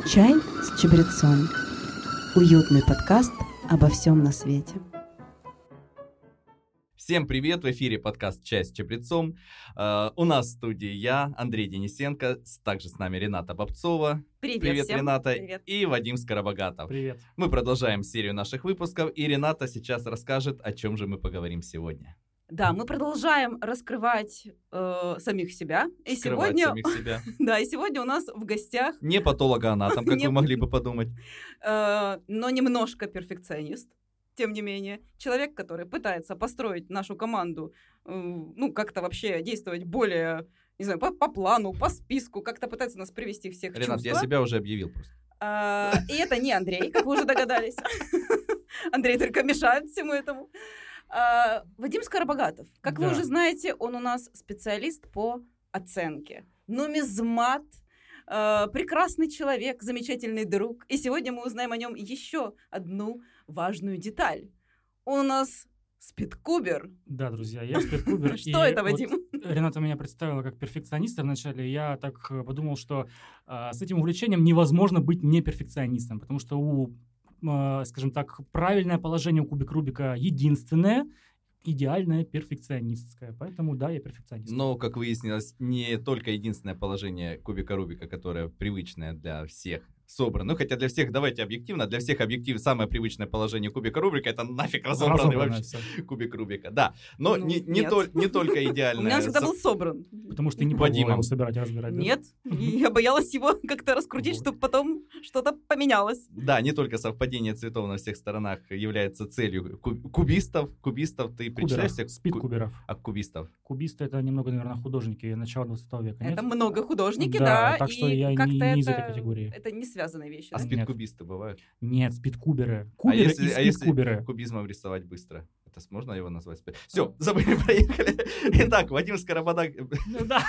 Чай с чабрецом. Уютный подкаст обо всем на свете. Всем привет, в эфире подкаст «Чай с чабрецом». У нас в студии я, Андрей Денисенко, также с нами Рената Бобцова. Привет всем. Рената. Привет. И Вадим Скоробогатов. Привет. Мы продолжаем серию наших выпусков, и Рената сейчас расскажет, о чем же мы поговорим сегодня. Да, мы продолжаем раскрывать самих себя. И Скрывать сегодня, самих себя. да, и сегодня у нас в гостях, Не патологоанатом, как Не- вы могли бы подумать. но немножко перфекционист, тем не менее, человек, который пытается построить нашу команду, как-то вообще действовать более, не знаю, по плану, по списку, как-то пытается нас привести всех в Ренат, чувство. я себя уже объявил просто. И это не Андрей, как вы уже догадались. Андрей только мешает всему этому. Вадим Скоробогатов. Как вы Да. уже знаете, он у нас специалист по оценке. Нумизмат, прекрасный человек, замечательный друг. И сегодня мы узнаем о нем еще одну важную деталь. Он у нас спидкубер. Да, друзья, я спидкубер. Что это, Вадим? Рената меня представила как перфекциониста вначале. Я так подумал, что с этим увлечением невозможно быть не перфекционистом, потому что скажем так, правильное положение у кубик Рубика единственное, идеальное, перфекционистское. Поэтому да, я перфекционист. Но, как выяснилось, не только единственное положение кубика Рубика, которое привычное для всех, собрано. Хотя для всех, давайте объективно, для всех объективно самое привычное положение кубика Рубика — это нафиг разобранный вообще всё. кубик Рубика. Да, но Ну, не нет. только У идеальное. меня он всегда был собран. Потому что не Вадимом. пробовала его собирать и разбирать. да? Нет, я боялась его как-то раскрутить, Вот. чтобы потом что-то поменялось. Да, не только совпадение цветов на всех сторонах является целью кубистов. Кубистов ты причисляешь всех? Спидкуберов. А кубистов? Кубисты — это немного, наверное, художники начала 20 века, нет? Это много художники, Да, да. так что и я как-то не из это, этой категории. Это не связанные вещи. А да. Нет. спидкубисты бывают? Нет, спидкуберы. Куберы и если спидкуберы. кубизмом рисовать быстро? Это можно его назвать? Все, забыли, проехали. Итак, Вадим Скоробогатов. Ну да.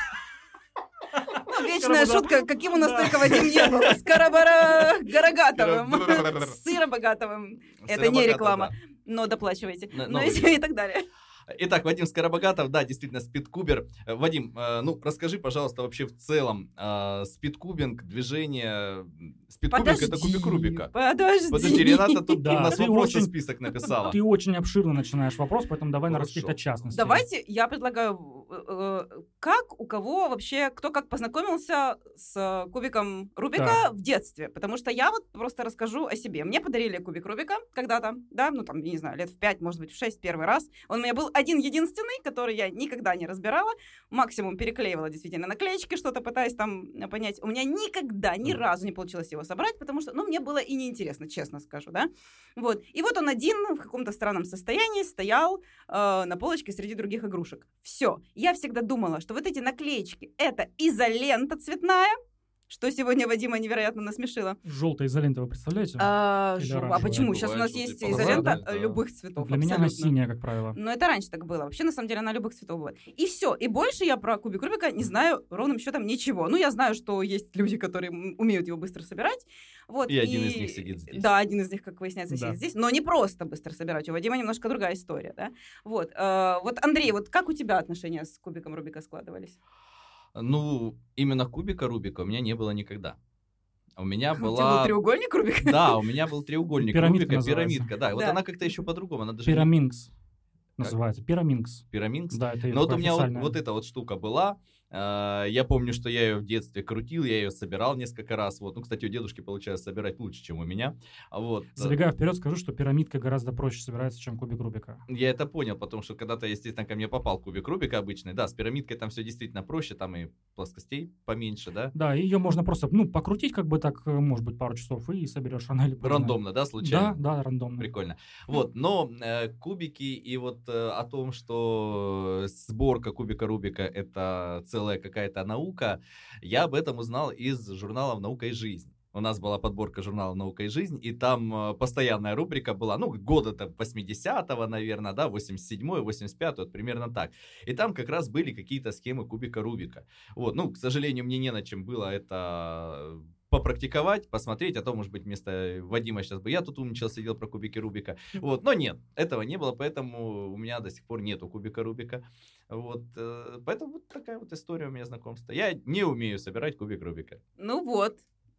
Вечная Скоробогатов. шутка, каким у нас Да. только Вадим не был. Скоробогатовым. Сыробогатовым. Это не реклама, но доплачивайте. Но Ну вы- и так далее. Итак, Вадим Скоробогатов, да, действительно, спидкубер. Вадим, расскажи, пожалуйста, вообще в целом, спидкубинг, движение... Спидкубинг — это кубик Рубика. Подожди, Рената тут Да, у нас ты вопросы очень- список написала. Ты очень обширно начинаешь вопрос, поэтому давай на Хорошо. каких-то частностях. Давайте я предлагаю, как у кого вообще, кто как познакомился с кубиком Рубика Так. в детстве. Потому что я вот просто расскажу о себе. Мне подарили кубик Рубика когда-то, да, я не знаю, лет в 5, может быть, в 6 первый раз. Он у меня был один-единственный, который я никогда не разбирала. Максимум переклеивала действительно наклеечки, что-то пытаясь там понять. У меня никогда, ни разу не получилось его собрать, потому что, мне было и неинтересно, честно скажу, да. Вот. И вот он один в каком-то странном состоянии стоял на полочке среди других игрушек. Все. Я всегда думала, что вот эти наклеечки — это изолента цветная, что сегодня Вадима невероятно насмешило. Желтая изолента, вы представляете? Или а оранжевая. почему? Сейчас у нас Бывает есть желтый изолента полосатый, да. любых цветов. Для меня она абсолютно. синяя, как правило. Но это раньше так было. Вообще, на самом деле, она любых цветов бывает. И все. И больше я про кубик Рубика не знаю ровным счетом ничего. Я знаю, что есть люди, которые умеют его быстро собирать. Вот. И один из них сидит здесь. Да, один из них, как выясняется, Да. сидит здесь. Но не просто быстро собирать. У Вадима немножко другая история, да? Вот. Вот, Андрей, вот как у тебя отношения с кубиком Рубика складывались? Именно кубика Рубика у меня не было никогда. У меня У тебя был была... треугольник Рубика? Да, у меня был треугольник Пирамидка Рубика, называется. пирамидка, да. Вот Да. она как-то еще по-другому, она даже... Пираминкс называется. Пираминкс. Пираминкс? Да, это Но вот у такое меня официальное. вот эта вот штука была. Я помню, что я ее в детстве крутил, я ее собирал несколько раз. Вот. Кстати, у дедушки получается собирать лучше, чем у меня. Вот. Забегая вперед, скажу, что пирамидка гораздо проще собирается, чем кубик Рубика. Я это понял, потому что когда-то, естественно, ко мне попал кубик Рубика обычный. Да, с пирамидкой там все действительно проще, там и плоскостей поменьше, да? Да, ее можно просто, покрутить как бы так, может быть, пару часов, и соберешь рано или поздно. Рандомно, да, случайно? Да, рандомно. Прикольно. Вот, но кубики и вот о том, что сборка кубика Рубика — это целая какая-то наука, я об этом узнал из журналов «Наука и жизнь». У нас была подборка журнала «Наука и жизнь», и там постоянная рубрика была, года-то 80-го, наверное, да, 87-й, 85-й, вот примерно так. И там как раз были какие-то схемы кубика Рубика. Вот, к сожалению, мне не на чем было это попрактиковать, посмотреть, а то, может быть, вместо Вадима сейчас бы я тут умничал, сидел про кубики Рубика. Вот, но нет, этого не было, поэтому у меня до сих пор нету кубика Рубика. Вот, поэтому вот такая вот история у меня знакомства. Я не умею собирать кубик Рубика. Ну вот.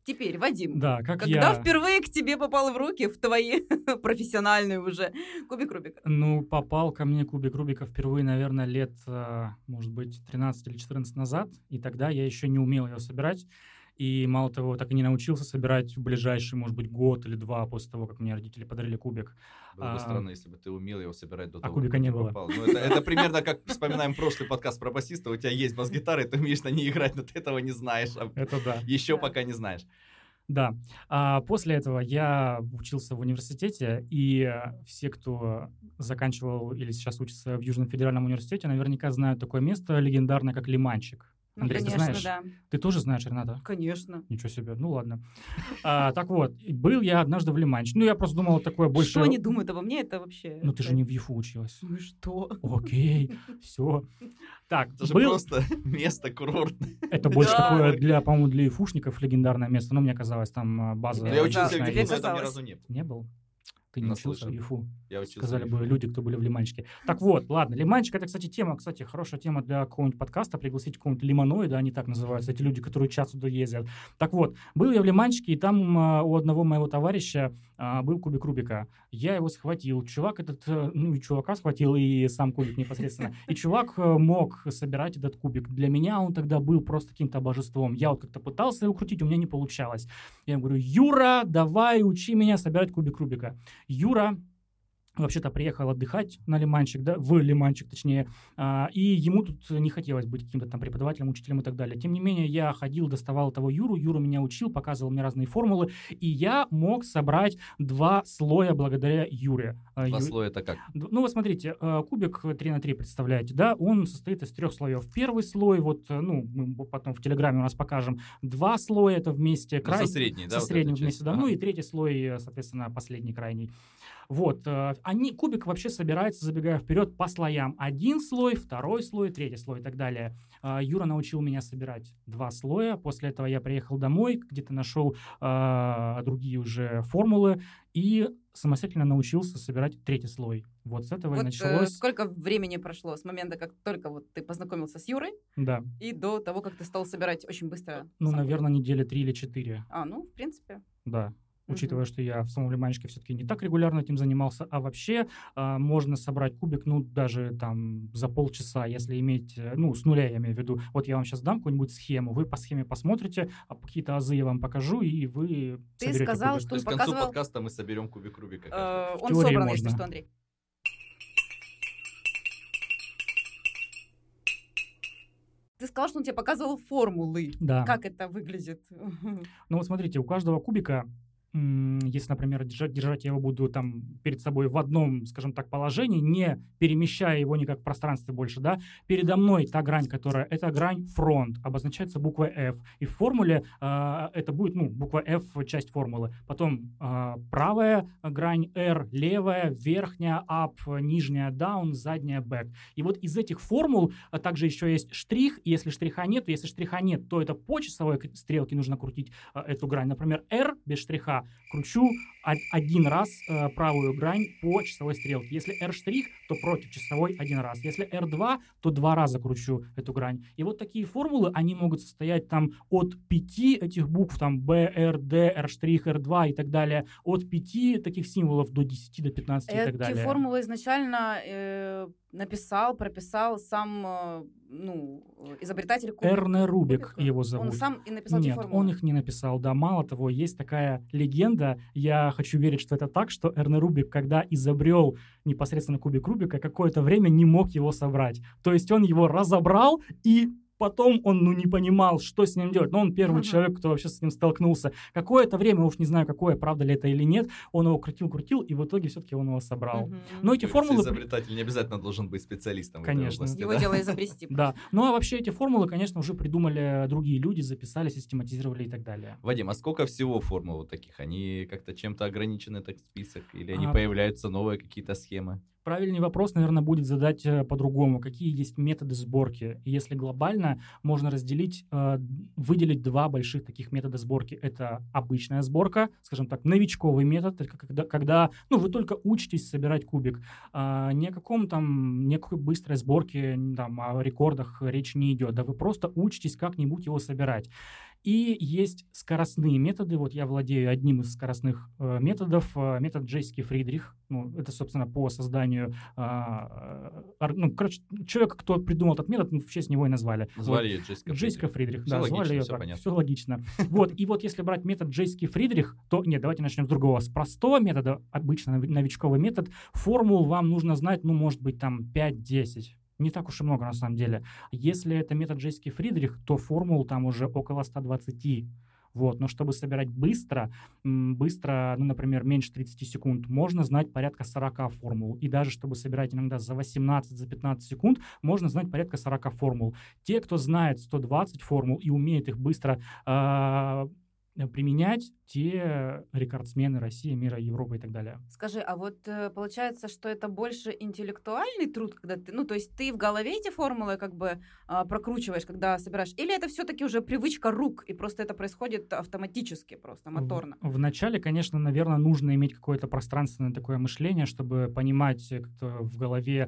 Теперь, Вадим, Да, как когда я... впервые к тебе попал в руки, в твои профессиональные уже, кубик Рубика? Ну, попал ко мне кубик Рубика впервые, наверное, лет, может быть, 13 или 14 назад, и тогда я еще не умел его собирать. И мало того, так и не научился собирать в ближайший, может быть, год или два после того, как мне родители подарили кубик. Было бы странно, если бы ты умел его собирать до того, кубика как не ты было. попал. Ну, это примерно как вспоминаем прошлый подкаст про басиста. У тебя есть бас-гитара, и ты умеешь на ней играть, но ты этого не знаешь. Это да. Еще Да. пока не знаешь. Да. После этого я учился в университете, и все, кто заканчивал или сейчас учится в Южном федеральном университете, наверняка знают такое место легендарное, как Лиманчик. Ну, Андрей, конечно, ты знаешь? да. Ты тоже знаешь, Рената? Конечно. Ничего себе, ну ладно. Так вот, был я однажды в Лиманчике. Ну, я просто думал, такое больше... Что они думают обо мне, это вообще... Ну, ты же не в ЮФУ училась. Ну и что? Окей, все. Так, Это же был... просто место курортное. Это больше Да. такое, по-моему, для ИФУшников легендарное место. Но мне казалось, там база... Тебе Я учился в казалось, ЮФУ, тебе но там ни казалось. разу не был. Не был? Ты не учился в Наслышан. ЮФУ? Я учился Сказали в бы ЮФУ. люди, кто были в Лиманчике. Так вот, ладно, Лиманчик — это, кстати, хорошая тема для какого-нибудь подкаста, пригласить какого-нибудь лимоноида, они так называются, эти люди, которые часто туда ездят. Так вот, был я в Лиманчике, и там у одного моего товарища был кубик Рубика. Я его схватил. Чувак этот, ну и чувака схватил, и сам кубик непосредственно. И чувак мог собирать этот кубик. Для меня он тогда был просто каким-то божеством. Я вот как-то пытался его крутить, у меня не получалось. Я ему говорю: Юра, давай учи меня собирать кубик Рубика. Юра вообще-то приехал отдыхать на Лиманчик, да, в Лиманчик, точнее, и ему тут не хотелось быть каким-то там преподавателем, учителем и так далее. Тем не менее, я ходил, доставал того Юру, Юра меня учил, показывал мне разные формулы, и я мог собрать 2 слоя благодаря Юре. 2 слоя это как? Ну, вот смотрите, кубик 3х3, представляете, да, он состоит из 3 слоев. Первый слой, вот, ну, мы потом в Телеграме у нас покажем, 2 слоя, это вместе Ну, со средней, да? со вот средним эта вместе, часть? да, Ага. ну и третий слой, соответственно, последний, крайний. Вот, кубик вообще собирается, забегая вперед, по слоям. 1 слой, 2 слой, 3 слой и так далее. Юра научил меня собирать 2 слоя. После этого я приехал домой, где-то нашел другие уже формулы и самостоятельно научился собирать 3 слой. Вот с этого и Вот началось. сколько времени прошло с момента, как только вот ты познакомился с Юрой, Да, и до того, как ты стал собирать очень быстро? ну, сам наверное, кубик? недели 3 или 4. Ну, в принципе. Да. Учитывая, Мгм. что я в самом Лиманчике все-таки не так регулярно этим занимался, а вообще можно собрать кубик, ну, даже там за полчаса, если иметь, ну, с нуля я имею в виду. Вот я вам сейчас дам какую-нибудь схему, вы по схеме посмотрите, какие-то азы я вам покажу, и вы Ты соберете сказал, кубик. что То есть к он концу показывал... подкаста мы соберем кубик Рубика. каждый. Он теории собран, можно. если что, Андрей. Ты сказал, что он тебе показывал формулы. Да. Как это выглядит? Ну вот смотрите, у каждого кубика, если, например, держать я его буду там перед собой в одном, скажем так, положении, не перемещая его никак в пространстве больше, да, передо мной та грань, которая, это грань фронт, обозначается буквой F. И в формуле это будет, ну, буква F, часть формулы. Потом правая грань R, левая, верхняя up, нижняя down, задняя back. И вот из этих формул также еще есть штрих, и если штриха нет, то это по часовой стрелке нужно крутить эту грань. Например, R без штриха кручу 1 раз правую грань по часовой стрелке. Если R', то против часовой 1 раз. Если R2, то 2 раза кручу эту грань. И вот такие формулы, они могут состоять там от 5 этих букв, там B, R, D, R', R2 и так далее, от 5 таких символов до 10, до 15 и так Эти далее. формулы изначально прописал сам изобретатель кубика. Эрне Рубик Кубика. его зовут. Он сам и написал эти Нет, формулы. он их не написал. Да, мало того, есть такая легенда, я хочу верить, что это так, что Эрне Рубик, когда изобрел непосредственно кубик Рубика, какое-то время не мог его собрать. То есть он его разобрал, и потом он, не понимал, что с ним делать. Но он первый человек, кто вообще с ним столкнулся. Какое-то время, уж не знаю, какое, правда ли это или нет, он его крутил, и в итоге все-таки он его собрал. Мгм. Но эти формулы... Изобретатель не обязательно должен быть специалистом Конечно. в этой области, Его да? дело изобрести. Да. Ну а вообще эти формулы, конечно, уже придумали другие люди, записали, систематизировали и так далее. Вадим, а сколько всего формул вот таких? Они как-то чем-то ограничены, так список? Или они А- появляются новые какие-то схемы? Правильный вопрос, наверное, будет задать по-другому. Какие есть методы сборки? И если глобально, можно разделить, выделить два больших таких метода сборки. Это обычная сборка, скажем так, новичковый метод, это когда вы только учитесь собирать кубик. Ни о никакой быстрой сборке, там, о рекордах речь не идет. Да вы просто учитесь как-нибудь его собирать. И есть скоростные методы. Вот я владею одним из скоростных методов. Метод Джейски-Фридрих. Это, собственно, по созданию... человека, кто придумал этот метод, в честь него и назвали. Назвали ее Джейска-Фридрих. Да, звали ее все так. понятно. Все логично. И вот если брать метод Джейски-Фридрих, то... Нет, давайте начнем с другого. С простого метода, обычно новичковый метод, формул вам нужно знать, может быть, там 5-10. Не так уж и много, на самом деле. Если это метод Джейски-Фридрих, то формул там уже около 120. Но чтобы собирать быстро, например, меньше 30 секунд, можно знать порядка 40 формул. И даже чтобы собирать иногда за 18, за 15 секунд, можно знать порядка 40 формул. Те, кто знает 120 формул и умеет их быстро применять, те рекордсмены России, мира, Европы и так далее. Скажи, а вот получается, что это больше интеллектуальный труд, когда ты, то есть ты в голове эти формулы как бы прокручиваешь, когда собираешь, или это все-таки уже привычка рук, и просто это происходит автоматически, просто моторно? Вначале, конечно, наверное, нужно иметь какое-то пространственное такое мышление, чтобы понимать как-то в голове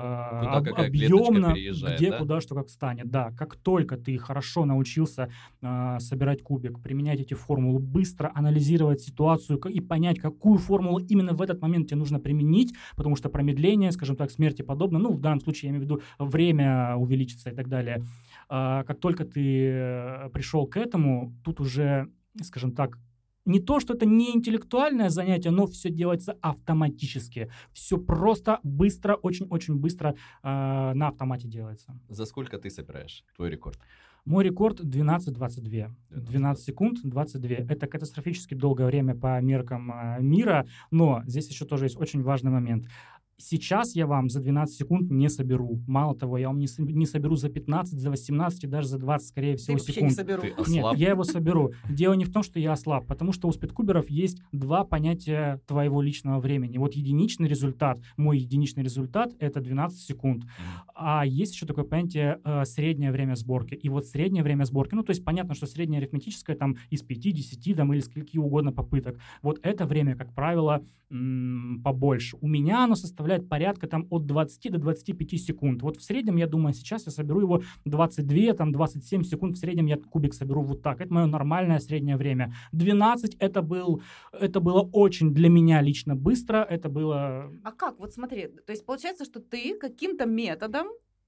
объемно, где, куда, что как станет. Да, как только ты хорошо научился собирать кубик, применять эти формулы быстро, анализировать ситуацию и понять, какую формулу именно в этот момент тебе нужно применить, потому что промедление, скажем так, смерти подобно, в данном случае я имею в виду время увеличится и так далее. Как только ты пришел к этому, тут уже, скажем так, не то, что это не интеллектуальное занятие, но все делается автоматически. Все просто, быстро, очень-очень быстро на автомате делается. За сколько ты собираешь твой рекорд? Мой рекорд 12:22. 12 секунд 22. Это катастрофически долгое время по меркам мира, но здесь еще тоже есть очень важный момент. Сейчас я вам за 12 секунд не соберу. Мало того, я вам не соберу за 15, за 18 и даже за 20, скорее всего, секунд. Ты не соберу. Нет, я его соберу. Дело не в том, что я ослаб, потому что у спидкуберов есть два понятия твоего личного времени. Вот единичный результат, мой единичный результат — это 12 секунд. А есть еще такое понятие среднее время сборки. И вот среднее время сборки, то есть понятно, что среднее арифметическое там из 5-10 там, или скольки угодно попыток. Вот это время, как правило, побольше. У меня оно составляет порядка там от 20 до 25 секунд. Вот в среднем, я думаю, сейчас я соберу его 22, там 27 секунд. В среднем я кубик соберу вот так. Это мое нормальное среднее время. 12 это было очень для меня лично быстро. Это было... А как? Вот смотри, то есть получается, что ты каким-то методом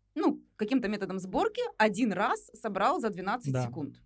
сборки один раз собрал за 12 секунд.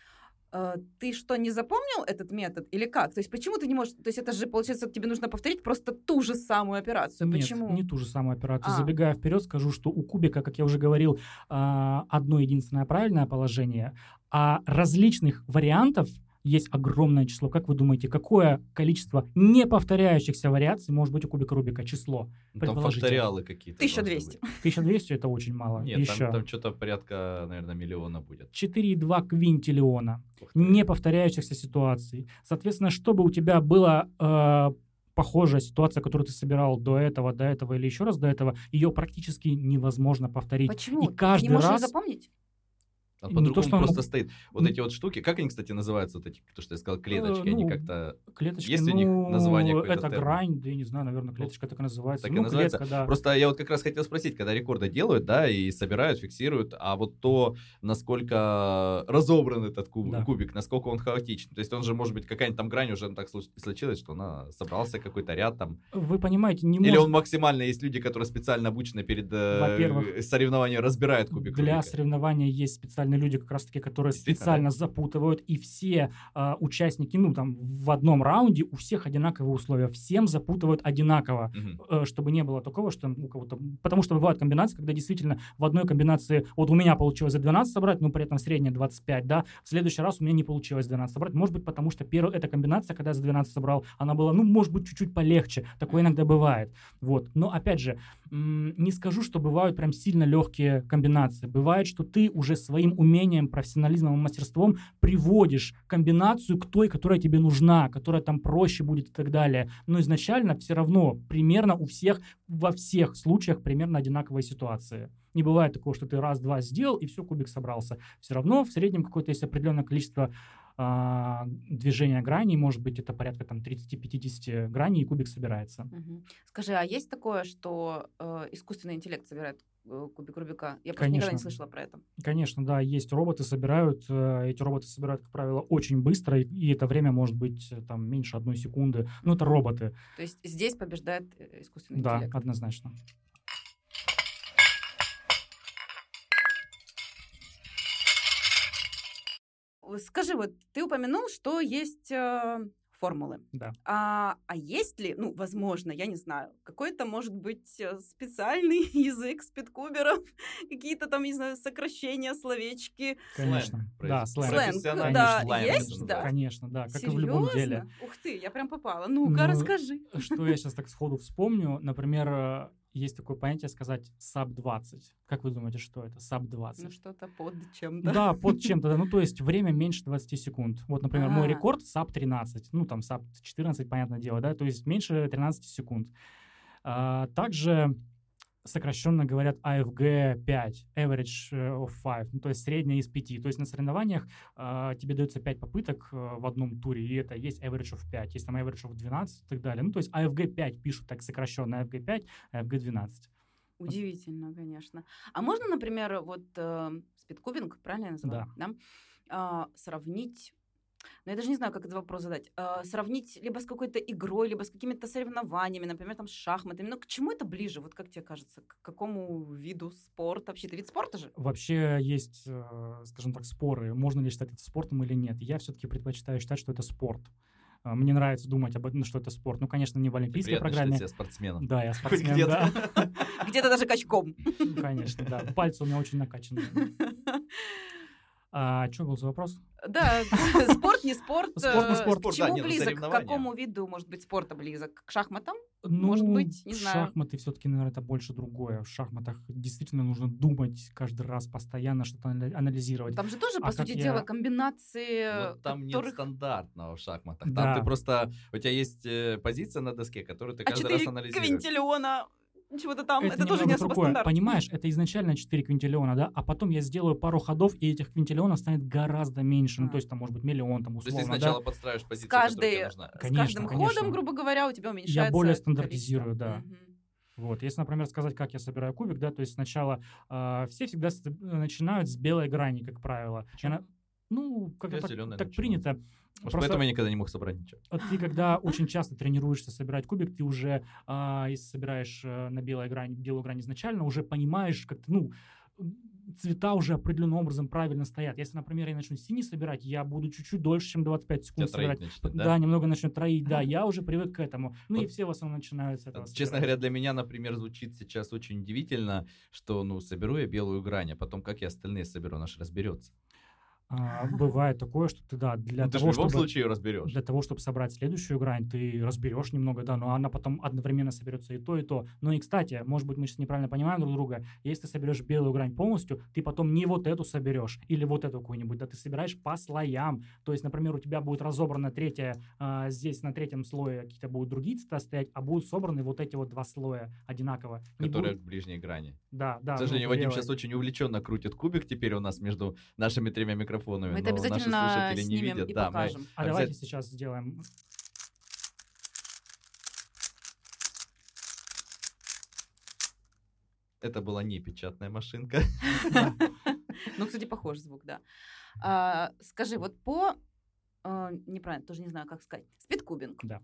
Ты что, не запомнил этот метод или как? То есть почему ты не можешь... То есть это же, получается, тебе нужно повторить просто ту же самую операцию. Нет, почему? Не ту же самую операцию. Забегая вперед, скажу, что у кубика, как я уже говорил, одно единственное правильное положение, а различных вариантов есть огромное число. Как вы думаете, какое количество неповторяющихся вариаций может быть у кубика Рубика? Число. Там факториалы какие-то. 1200. 1200 это очень мало. Нет, там что-то порядка, наверное, миллиона будет. 4,2 квинтиллиона неповторяющихся ситуаций. Соответственно, чтобы у тебя было похожая ситуация, которую ты собирал до этого или еще раз до этого, ее практически невозможно повторить. Почему? И каждый ты не можешь раз... ее запомнить? По-другому просто стоит. Вот эти вот штуки, как они, кстати, называются, вот эти, то, что я сказал, клеточки, они как-то... Клеточки, есть у них название какое-то? Это грань, да я не знаю, наверное, клеточка так и называется. Так и называется. Клетка, да. Просто я вот как раз хотел спросить, когда рекорды делают, да, и собирают, фиксируют, а вот то, насколько разобран этот кубик, насколько он хаотичен. То есть он же, может быть, какая-нибудь там грань уже так случилась, что она собрался какой-то ряд там. Вы понимаете, не Или он максимально, есть люди, которые специально обучены перед соревнованием, разбирают кубик Для Рубика. Соревнования есть специальные люди, как раз-таки, которые специально запутывают, и все участники, в одном раунде у всех одинаковые условия, всем запутывают одинаково, чтобы не было такого, что у кого-то... Потому что бывают комбинации, когда действительно в одной комбинации, вот у меня получилось за 12 собрать, но при этом средняя 25, да, в следующий раз у меня не получилось 12 собрать, может быть, потому что эта комбинация, когда я за 12 собрал, она была, может быть, чуть-чуть полегче, такое иногда бывает, вот, но, опять же, Не скажу, что бывают прям сильно легкие комбинации. Бывает, что ты уже своим умением, профессионализмом и мастерством приводишь комбинацию к той, которая тебе нужна, которая там проще будет и так далее. Но изначально все равно примерно у всех, во всех случаях примерно одинаковая ситуация. Не бывает такого, что ты раз-два сделал, и все, кубик собрался. Все равно в среднем какое-то есть определенное количество движения граней, может быть, это порядка там 30-50 граней, и кубик собирается. Скажи, а есть такое, что искусственный интеллект собирает кубик Рубика? Я просто никогда не слышала про это. Конечно, да, есть роботы, собирают. Эти роботы собирают, как правило, очень быстро, и это время может быть там меньше 1 секунды. Ну, это роботы. То есть здесь побеждает искусственный интеллект? интеллект? Да, однозначно. Скажи, вот ты упомянул, что есть формулы. Да. А есть ли, ну, возможно, я не знаю, какой-то, может быть, специальный язык спидкуберов, какие-то там, не знаю, сокращения, словечки? Конечно. Да, сленг. Да, есть, да. Конечно, да, как Серьезно? и в любом деле. Ух ты, я прям попала. Ну-ка, расскажи. Что я сейчас так сходу вспомню, например, есть такое понятие сказать SAP-20. Как вы думаете, что это SAP-20? Ну, что-то под чем-то. Да, под чем-то. Да. Ну, то есть время меньше 20 секунд. Вот, например, мой рекорд SAP-13. Ну, там SAP-14, понятное дело, да, то есть меньше 13 секунд. Также сокращенно говорят AFG-5, average of 5, ну, то есть средняя из 5. То есть на соревнованиях тебе дается 5 попыток в одном туре, и это есть average of 5, есть там average of 12 и так далее. Ну, то есть AFG-5 пишут так сокращенно, AFG-5, AFG-12. Удивительно, конечно. А можно, например, вот спидкубинг, правильно я называю? Да. Сравнить... Но я даже не знаю, как этот вопрос задать. Сравнить либо с какой-то игрой, либо с какими-то соревнованиями, например, там с шахматами. Но к чему это ближе? Вот как тебе кажется? К какому виду спорта? Вообще, это вид спорта же? Вообще есть, скажем так, споры, можно ли считать это спортом или нет. Я все-таки предпочитаю считать, что это спорт. Мне нравится думать об этом, что это спорт. Ну, конечно, не в олимпийской программе. Ты спортсменом. Да, я спортсмен, да. Где-то даже качком. Конечно, да. Пальцы у меня очень накачанные. А что был за вопрос? Да, спорт, не спорт. Спорт, не спорт. К чему близок? К какому виду, может быть, спорта близок? К шахматам? Ну, может быть, не знаю. Шахматы все-таки, наверное, это больше другое. В шахматах действительно нужно думать каждый раз, постоянно что-то анализировать. Там же тоже, по сути дела, комбинации, но там нет стандартного в шахматах. Там Да. ты просто... У тебя есть позиция на доске, которую ты каждый раз анализируешь. квинтиллиона, чего-то там. Это тоже немного не особо другое. стандартно. Понимаешь, это изначально 4 квинтиллиона, да, а потом я сделаю пару ходов, и этих квинтиллионов станет гораздо меньше. Ну, то есть там может быть миллион, там То условно, есть ты сначала подстраиваешь позицию, которая тебе нужна. С каждым ходом, грубо говоря, у тебя уменьшается Я более стандартизирую, количество. да. Вот, если, например, сказать, как я собираю кубик, да, то есть сначала все всегда начинают с белой грани, как правило. Ну, как-то так принято. Может, поэтому я никогда не мог собрать ничего. Ты, когда очень часто тренируешься собирать кубик, ты уже, если собираешь на белую грань изначально, уже понимаешь, как цвета уже определенным образом правильно стоят. Если, например, я начну синий собирать, я буду чуть-чуть дольше, чем 25 секунд собирать. Да, немного начнет троить, да, я уже привык к этому. Ну и все в основном начинают с этого. Честно говоря, для меня, например, звучит сейчас очень удивительно, что, соберу я белую грань, а потом как я остальные соберу, она же разберется. Бывает такое, что ты, да, ты в любом случае ее разберешь. Для того, чтобы собрать следующую грань, ты разберешь немного, да, но она потом одновременно соберется и то, и то. Ну и, кстати, может быть, мы сейчас неправильно понимаем друг друга, если ты соберешь белую грань полностью, ты потом не вот эту соберешь, или вот эту какую-нибудь, да, ты собираешь по слоям. То есть, например, у тебя будет разобрана третья, здесь на третьем слое какие-то будут другие цвета стоять, а будут собраны вот эти вот 2 слоя одинаково. Которые в ближней грани. Да, да. К сожалению, Вадим сейчас очень увлеченно крутит кубик теперь у нас между нашими 3 микрофонами. Мы это обязательно снимем и покажем. Давайте сейчас сделаем. Это была не печатная машинка. Ну, кстати, похож звук, да. Скажи, вот по... Неправильно, тоже не знаю, как сказать. Спидкубинг. Да.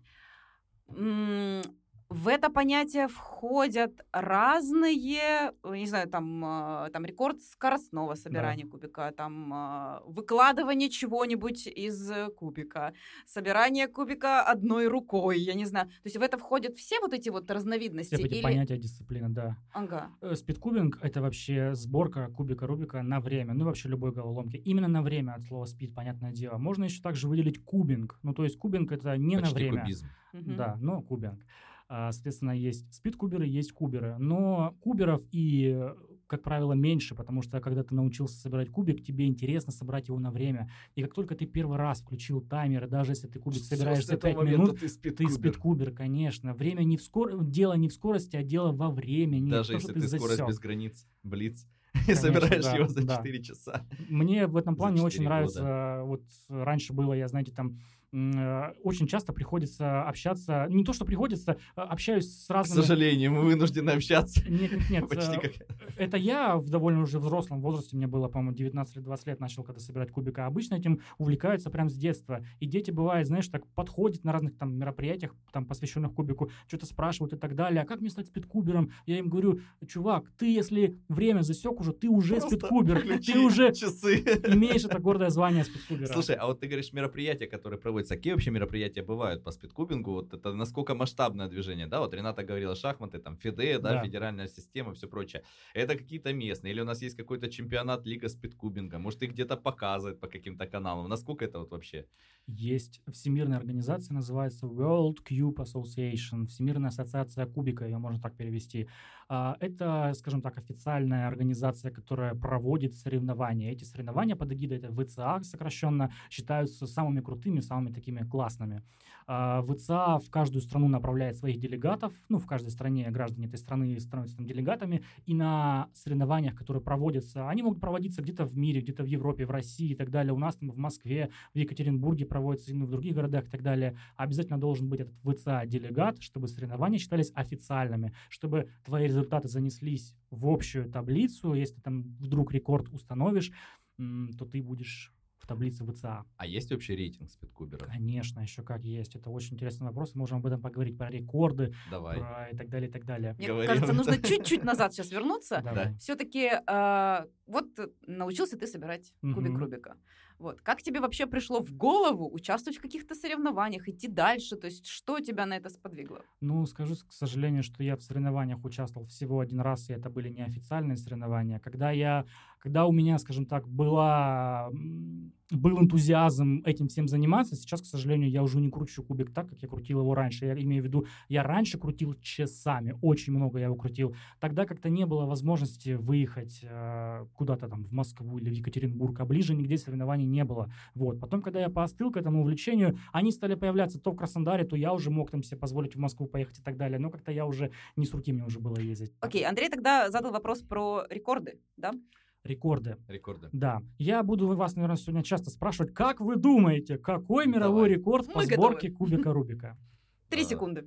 В это понятие входят разные, не знаю, там рекорд скоростного собирания кубика, там выкладывание чего-нибудь из кубика, собирание кубика одной рукой, я не знаю. То есть в это входят все вот эти вот разновидности? Все эти понятия дисциплины, да. Ага. Спидкубинг — это вообще сборка кубика Рубика на время, ну и вообще любой головоломки. Именно на время от слова спид, понятное дело. Можно еще также выделить кубинг. Ну то есть кубинг — это не почти на время. Кубизм. Да, но кубинг. Соответственно, есть спид-куберы, есть куберы. Но куберов как правило, меньше, потому что, когда ты научился собирать кубик, тебе интересно собрать его на время. И как только ты первый раз включил таймер, и даже если ты кубик собираешь за 5 минут, ты спид-кубер, конечно. Время дело не в скорости, а дело во времени. Даже если ты скорость без границ, блиц, и собираешь его за 4 часа. Мне в этом плане очень года. нравится, вот раньше было, я, знаете, там очень часто приходится общаться, не то, что приходится, общаюсь с разными... К сожалению, мы вынуждены общаться. Нет. Почти как... Это я в довольно уже взрослом возрасте, мне было, по-моему, 19 или 20 лет, начал когда собирать кубика. Обычно этим увлекаются прям с детства. И дети, бывает, знаешь, так подходят на разных там мероприятиях, там, посвященных кубику, что-то спрашивают и так далее. А как мне стать спидкубером? Я им говорю, чувак, ты, если время засек уже, ты уже спидкубер. Ты уже часы. имеешь это гордое звание спидкубера. Слушай, а вот ты говоришь, мероприятия, которые проводятся, какие вообще мероприятия бывают по спидкубингу? Вот это насколько масштабное движение, да? Вот Рената говорила, шахматы, там, ФИДЕ, да, федеральная система, все прочее. Это какие-то местные? Или у нас есть какой-то чемпионат Лига спидкубинга? Может, их где-то показывают по каким-то каналам? Насколько это вот вообще? Есть всемирная организация, называется World Cube Association, Всемирная ассоциация кубика, ее можно так перевести. Это, скажем так, официальная организация, которая проводит соревнования. Эти соревнования под эгидой, это ВЦА сокращенно, считаются самыми крутыми, самыми такими классными. ВЦА в каждую страну направляет своих делегатов, в каждой стране граждане этой страны становятся там делегатами, и на соревнованиях, которые проводятся, они могут проводиться где-то в мире, где-то в Европе, в России и так далее. У нас там в Москве, в Екатеринбурге проводятся, в других городах и так далее. Обязательно должен быть этот ВЦА-делегат, чтобы соревнования считались официальными, чтобы твои результаты занеслись в общую таблицу. Если ты там вдруг рекорд установишь, то ты будешь в таблице ВЦА. А есть вообще рейтинг спидкуберов? Конечно, еще как есть. Это очень интересный вопрос. Можем об этом поговорить, про рекорды, Давай. и так далее, и так далее. Мне кажется, нужно чуть-чуть назад сейчас вернуться. Давай. Все-таки вот научился ты собирать кубик Рубика. Вот. Как тебе вообще пришло в голову участвовать в каких-то соревнованиях, идти дальше? То есть что тебя на это сподвигло? Скажу, к сожалению, что я в соревнованиях участвовал всего один раз, и это были неофициальные соревнования. Когда у меня, скажем так, был энтузиазм этим всем заниматься, сейчас, к сожалению, я уже не кручу кубик так, как я крутил его раньше. Я имею в виду, я раньше крутил часами, очень много я его крутил. Тогда как-то не было возможности выехать куда-то там в Москву или в Екатеринбург, а ближе нигде соревнований не было. Вот. Потом, когда я поостыл к этому увлечению, они стали появляться то в Краснодаре, то я уже мог там себе позволить в Москву поехать и так далее. Но как-то я уже не с руки мне уже было ездить. Окей, Андрей тогда задал вопрос про рекорды, да? Рекорды. Да. Я буду вас, наверное, сегодня часто спрашивать, как вы думаете, какой мировой рекорд по сборке кубика Рубика? 3 секунды.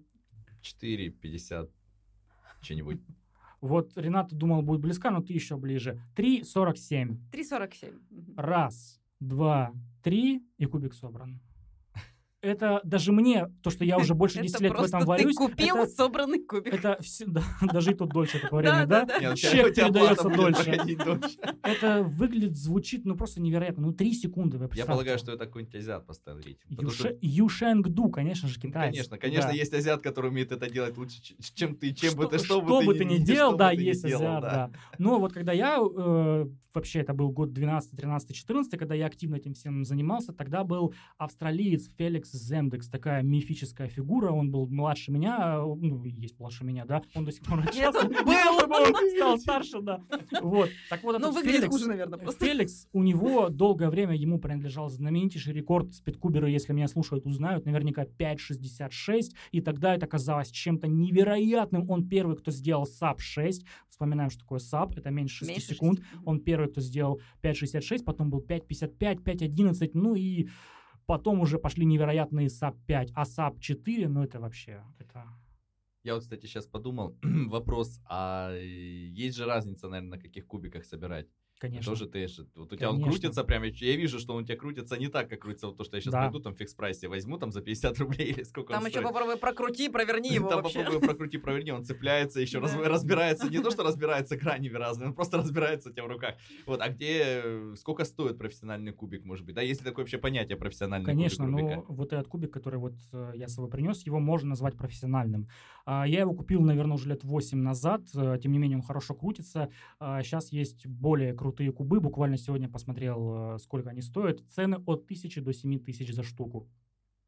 4:50 что-нибудь. Вот Рената думал, будет близко, но ты еще ближе. 3:47. 3:47. 1, 2, 3, и кубик собран. Это даже мне, то, что я уже больше 10 лет в этом варюсь... ты купил собранный кубик. Это даже и тут дольше это по времени, да? Чек передается дольше. Это выглядит, звучит, просто невероятно. 3 секунды, вы представьте. Я полагаю, что это какой-нибудь азиат поставил рейтинг. Ю Шэнг-ду, конечно же, китаец. Конечно, есть азиат, который умеет это делать лучше, чем ты, что бы ты ни делал, да, есть азиат, да. Но вот когда я, вообще это был год 12, 13, 14, когда я активно этим всем занимался, тогда был австралиец Феликс Земдекс, такая мифическая фигура, он был младше меня, есть младше меня, да, он до сих пор он стал старше, да. Вот, так вот этот выглядит хуже, наверное, просто. Феликс, у него долгое время, ему принадлежал знаменитейший рекорд спидкубера, если меня слушают, узнают, наверняка 5:66, и тогда это казалось чем-то невероятным. Он первый, кто сделал САП 6, вспоминаем, что такое САП, это меньше 6 секунд, он первый, кто сделал 5:66, потом был 5:55, 5:11, и потом уже пошли невероятные САП-5, а САП-4, это вообще... Я вот, кстати, сейчас подумал, вопрос, а есть же разница, наверное, на каких кубиках собирать? Конечно. Тоже вот у тебя он крутится прям, я вижу, что он у тебя крутится не так, как крутится вот то, что я сейчас найду там в фикс-прайсе, возьму там за 50 рублей или сколько там он стоит. Там еще попробуй прокрути, проверни его вообще. Там попробуй прокрути, проверни, он цепляется, еще разбирается, не то, что разбирается гранями разными, он просто разбирается у тебя в руках. Вот, а сколько стоит профессиональный кубик, может быть, да? Есть ли такое вообще понятие профессиональный кубик Рубика? Конечно, вот этот кубик, который вот я с собой принес, его можно назвать профессиональным. Я его купил, наверное, уже лет 8 назад, тем не менее он хорошо крутится. Сейчас есть более крутые кубы, буквально сегодня посмотрел, сколько они стоят. Цены от 1000 до 7000 за штуку.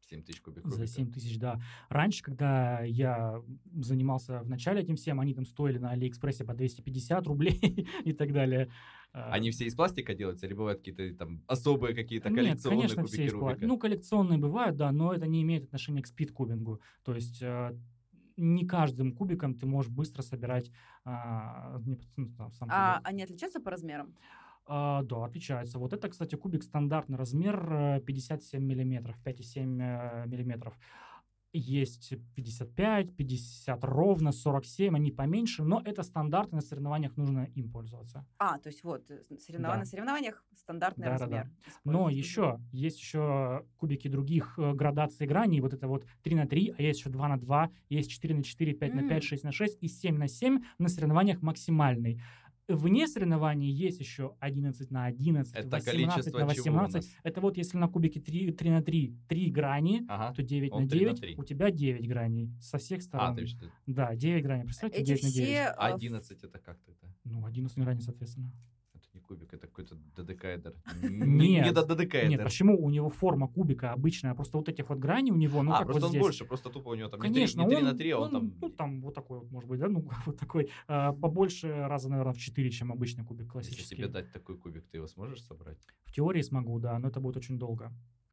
7 тысяч кубиков За рубика. 7 тысяч, да. Раньше, когда я занимался вначале этим всем, они там стоили на Алиэкспрессе по 250 рублей и так далее. Они все из пластика делаются или бывают какие-то там особые какие-то Нет, коллекционные конечно, кубики все из Рубика? Ну, коллекционные бывают, да, но это не имеет отношения к спид-кубингу. То есть не каждым кубиком ты можешь быстро собирать сам кубик. Они отличаются по размерам? Да, отличается. Вот это, кстати, кубик стандартный размер 57 миллиметров, 5,7 миллиметров. Есть 55, 50 ровно, 47, они поменьше, но это стандарты, на соревнованиях нужно им пользоваться. То есть вот, Да. на соревнованиях стандартный Да-да-да. размер. Но используется. есть еще кубики других градаций граней, вот это вот 3х3, а есть еще 2х2, есть 4х4, 5х5, 6х6 и 7х7 на соревнованиях максимальный. Вне соревнований есть еще 11х11, Это 18 количество на чего у 18. нас? Это вот если на кубике 3х3 3 грани, Ага. то 9 Он на 3 на 9, 3. у тебя 9 граней со всех сторон. Ты что? Да, 9 граней. Представьте, Эти 9 на 9. все... 11 это как тогда? Ну, 11 граней, соответственно. Это не кубик, это какой-то додекаэдр. Нет, Не додекаэдр. Нет, почему? У него форма кубика обычная, просто вот этих вот граней у него, ну как просто вот он здесь. больше, просто тупо у него там Конечно, не 3 на 3, а он там... Ну, там вот такой вот, может быть, да, ну, вот такой, побольше раза, наверное, в 4, чем обычный кубик Если классический. тебе дать такой кубик, ты его сможешь собрать? В теории смогу, да, но это будет очень долго.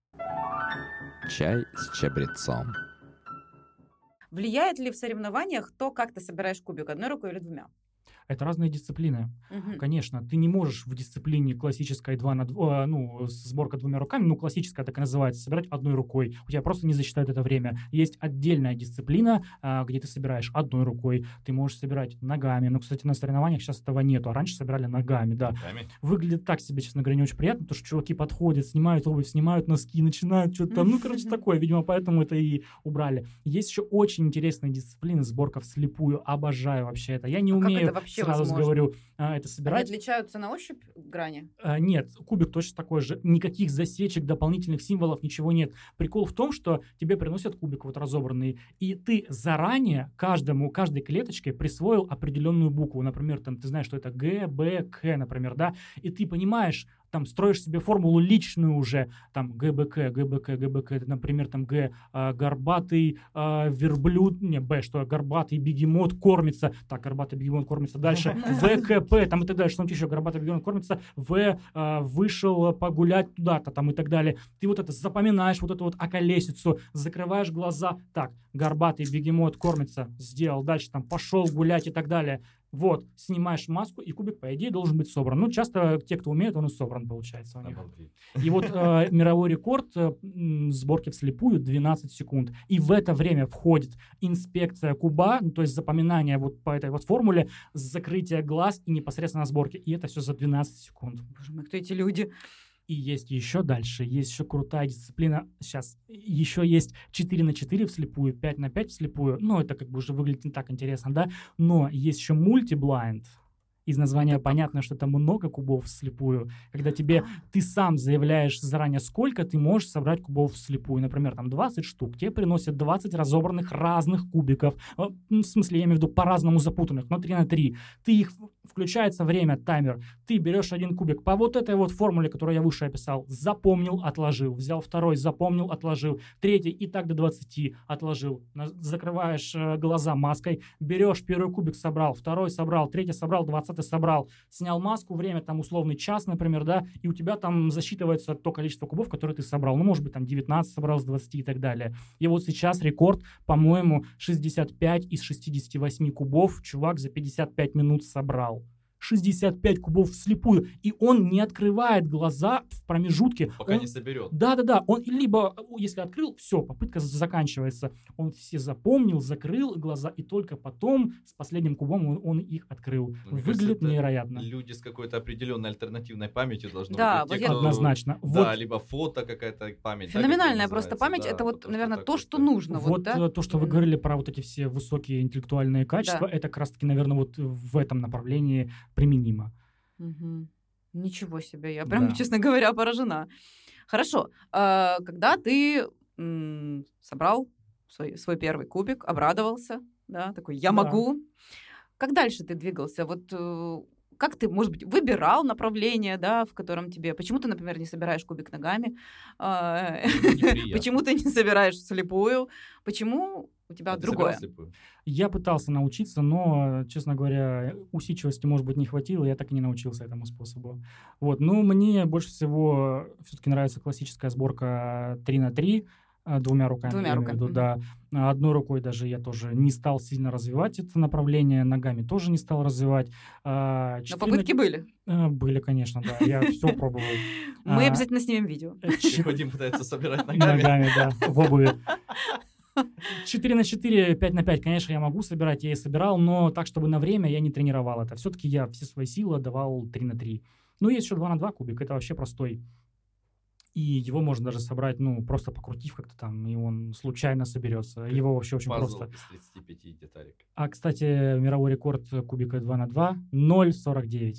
Чай с чабрецом. Влияет ли в соревнованиях то, как ты собираешь кубик, одной рукой или двумя? Это разные дисциплины. Мгм. Конечно, ты не можешь в дисциплине классической 2 на 2, сборка двумя руками, ну, классическая так и называется, собирать одной рукой. У тебя просто не засчитают это время. Есть отдельная дисциплина, где ты собираешь одной рукой, ты можешь собирать ногами. Ну, кстати, на соревнованиях сейчас этого нету, а раньше собирали ногами, да. Руками? Выглядит так себе, честно говоря, не очень приятно, потому что чуваки подходят, снимают обувь, снимают носки, начинают что-то там, ну, короче, такое, видимо, поэтому это и убрали. Есть еще очень интересные дисциплины, сборка вслепую, обожаю вообще это. Я не А как умею, это вообще сразу возможно? говорю, это Они собирать. отличаются на ощупь грани? Нет, кубик точно такой же. Никаких засечек, дополнительных символов, ничего нет. Прикол в том, что тебе приносят кубик вот разобранный, и ты заранее каждой клеточке присвоил определенную букву. Например, там ты знаешь, что это Г, Б, К, например, да, и ты понимаешь, там строишь себе формулу личную уже, там ГБК, это, например, там Г, горбатый верблюд, не, Б, что горбатый бегемот кормится, так, горбатый бегемот кормится дальше, ВКП, там и так далее, что-нибудь еще, горбатый бегемот кормится, В, вышел погулять туда-то, там и так далее. Ты вот это запоминаешь, вот эту вот околесицу, закрываешь глаза, так, горбатый бегемот кормится, сделал, дальше там пошел гулять и так далее. Вот, снимаешь маску, и кубик, по идее, должен быть собран. Ну, часто те, кто умеет, он и собран, получается у них. Обалдеть. И вот мировой рекорд сборки вслепую 12 секунд. И в это время входит инспекция куба, ну, то есть запоминание вот по этой вот формуле, закрытие глаз и непосредственно сборки. И это все за 12 секунд. Боже мой, кто эти люди? И есть еще дальше, есть еще крутая дисциплина. Сейчас еще есть 4 на 4 вслепую, 5 на 5 вслепую. Ну, это как бы уже выглядит не так интересно, да? Но есть еще мультиблайнд. Из названия понятно, что там много кубов вслепую. Когда ты сам заявляешь заранее, сколько ты можешь собрать кубов вслепую. Например, там 20 штук. Тебе приносят 20 разобранных разных кубиков. В смысле, я имею в виду по-разному запутанных, но 3 на 3. Включается время, таймер. Ты берешь один кубик по вот этой вот формуле, которую я выше описал. Запомнил, отложил. Взял второй, запомнил, отложил. Третий и так до 20 отложил. Закрываешь глаза маской. Берешь первый кубик, собрал. Второй собрал. Третий собрал. 20 собрал, снял маску, время там условный час, например, да, и у тебя там засчитывается то количество кубов, которое ты собрал. Ну, может быть, там 19 собрал с 20 и так далее. И вот сейчас рекорд, по-моему, 65 из 68 кубов чувак за 55 минут собрал. 65 кубов вслепую, и он не открывает глаза в промежутке. Пока не соберет. Да, он либо, если открыл, все, попытка заканчивается. Он все запомнил, закрыл глаза, и только потом с последним кубом он их открыл. Мне Выглядит кажется, невероятно. Люди с какой-то определенной альтернативной памятью должны Да, быть. вот Те, я- кто- Однозначно. Да, Вот. либо фото какая-то память. да, Феноменальная как просто называется, память. да, Это вот, потому наверное, так то, вот, что нужно. Вот да? то, что вы Именно. говорили про вот эти все высокие интеллектуальные качества, это как раз-таки, наверное, вот в этом направлении применимо. Мгм. Ничего себе, я прям, Да. честно говоря, поражена. Хорошо, когда ты собрал свой первый кубик, обрадовался, да, такой, я Да. могу. Как дальше ты двигался? Вот как ты, может быть, выбирал направление, да, в котором тебе... Почему ты, например, не собираешь кубик ногами? Неприятно. Почему ты не собираешь вслепую? Почему у тебя А ты другое? собирал слепую? Я пытался научиться, но, честно говоря, усидчивости, может быть, не хватило, я так и не научился этому способу. Вот. Ну, мне больше всего все-таки нравится классическая сборка 3х3, двумя руками, Двумя я имею в руками, виду, да. Одной рукой даже я тоже не стал сильно развивать это направление, ногами тоже не стал развивать. Но попытки были. Были, конечно, да, я все пробовал. Мы обязательно снимем видео. Вадим пытается собирать ногами. Ногами, да, в обуви. 4х4, 5х5, конечно, я могу собирать, я и собирал, но так, чтобы на время я не тренировал это. Все-таки я все свои силы отдавал 3х3. Ну, есть еще 2х2 кубик, это вообще простой. И его можно даже собрать, ну, просто покрутив как-то там, и он случайно соберется. Его вообще очень Пазл просто. из 35 деталек. А, кстати, мировой рекорд кубика 2х2 0,49.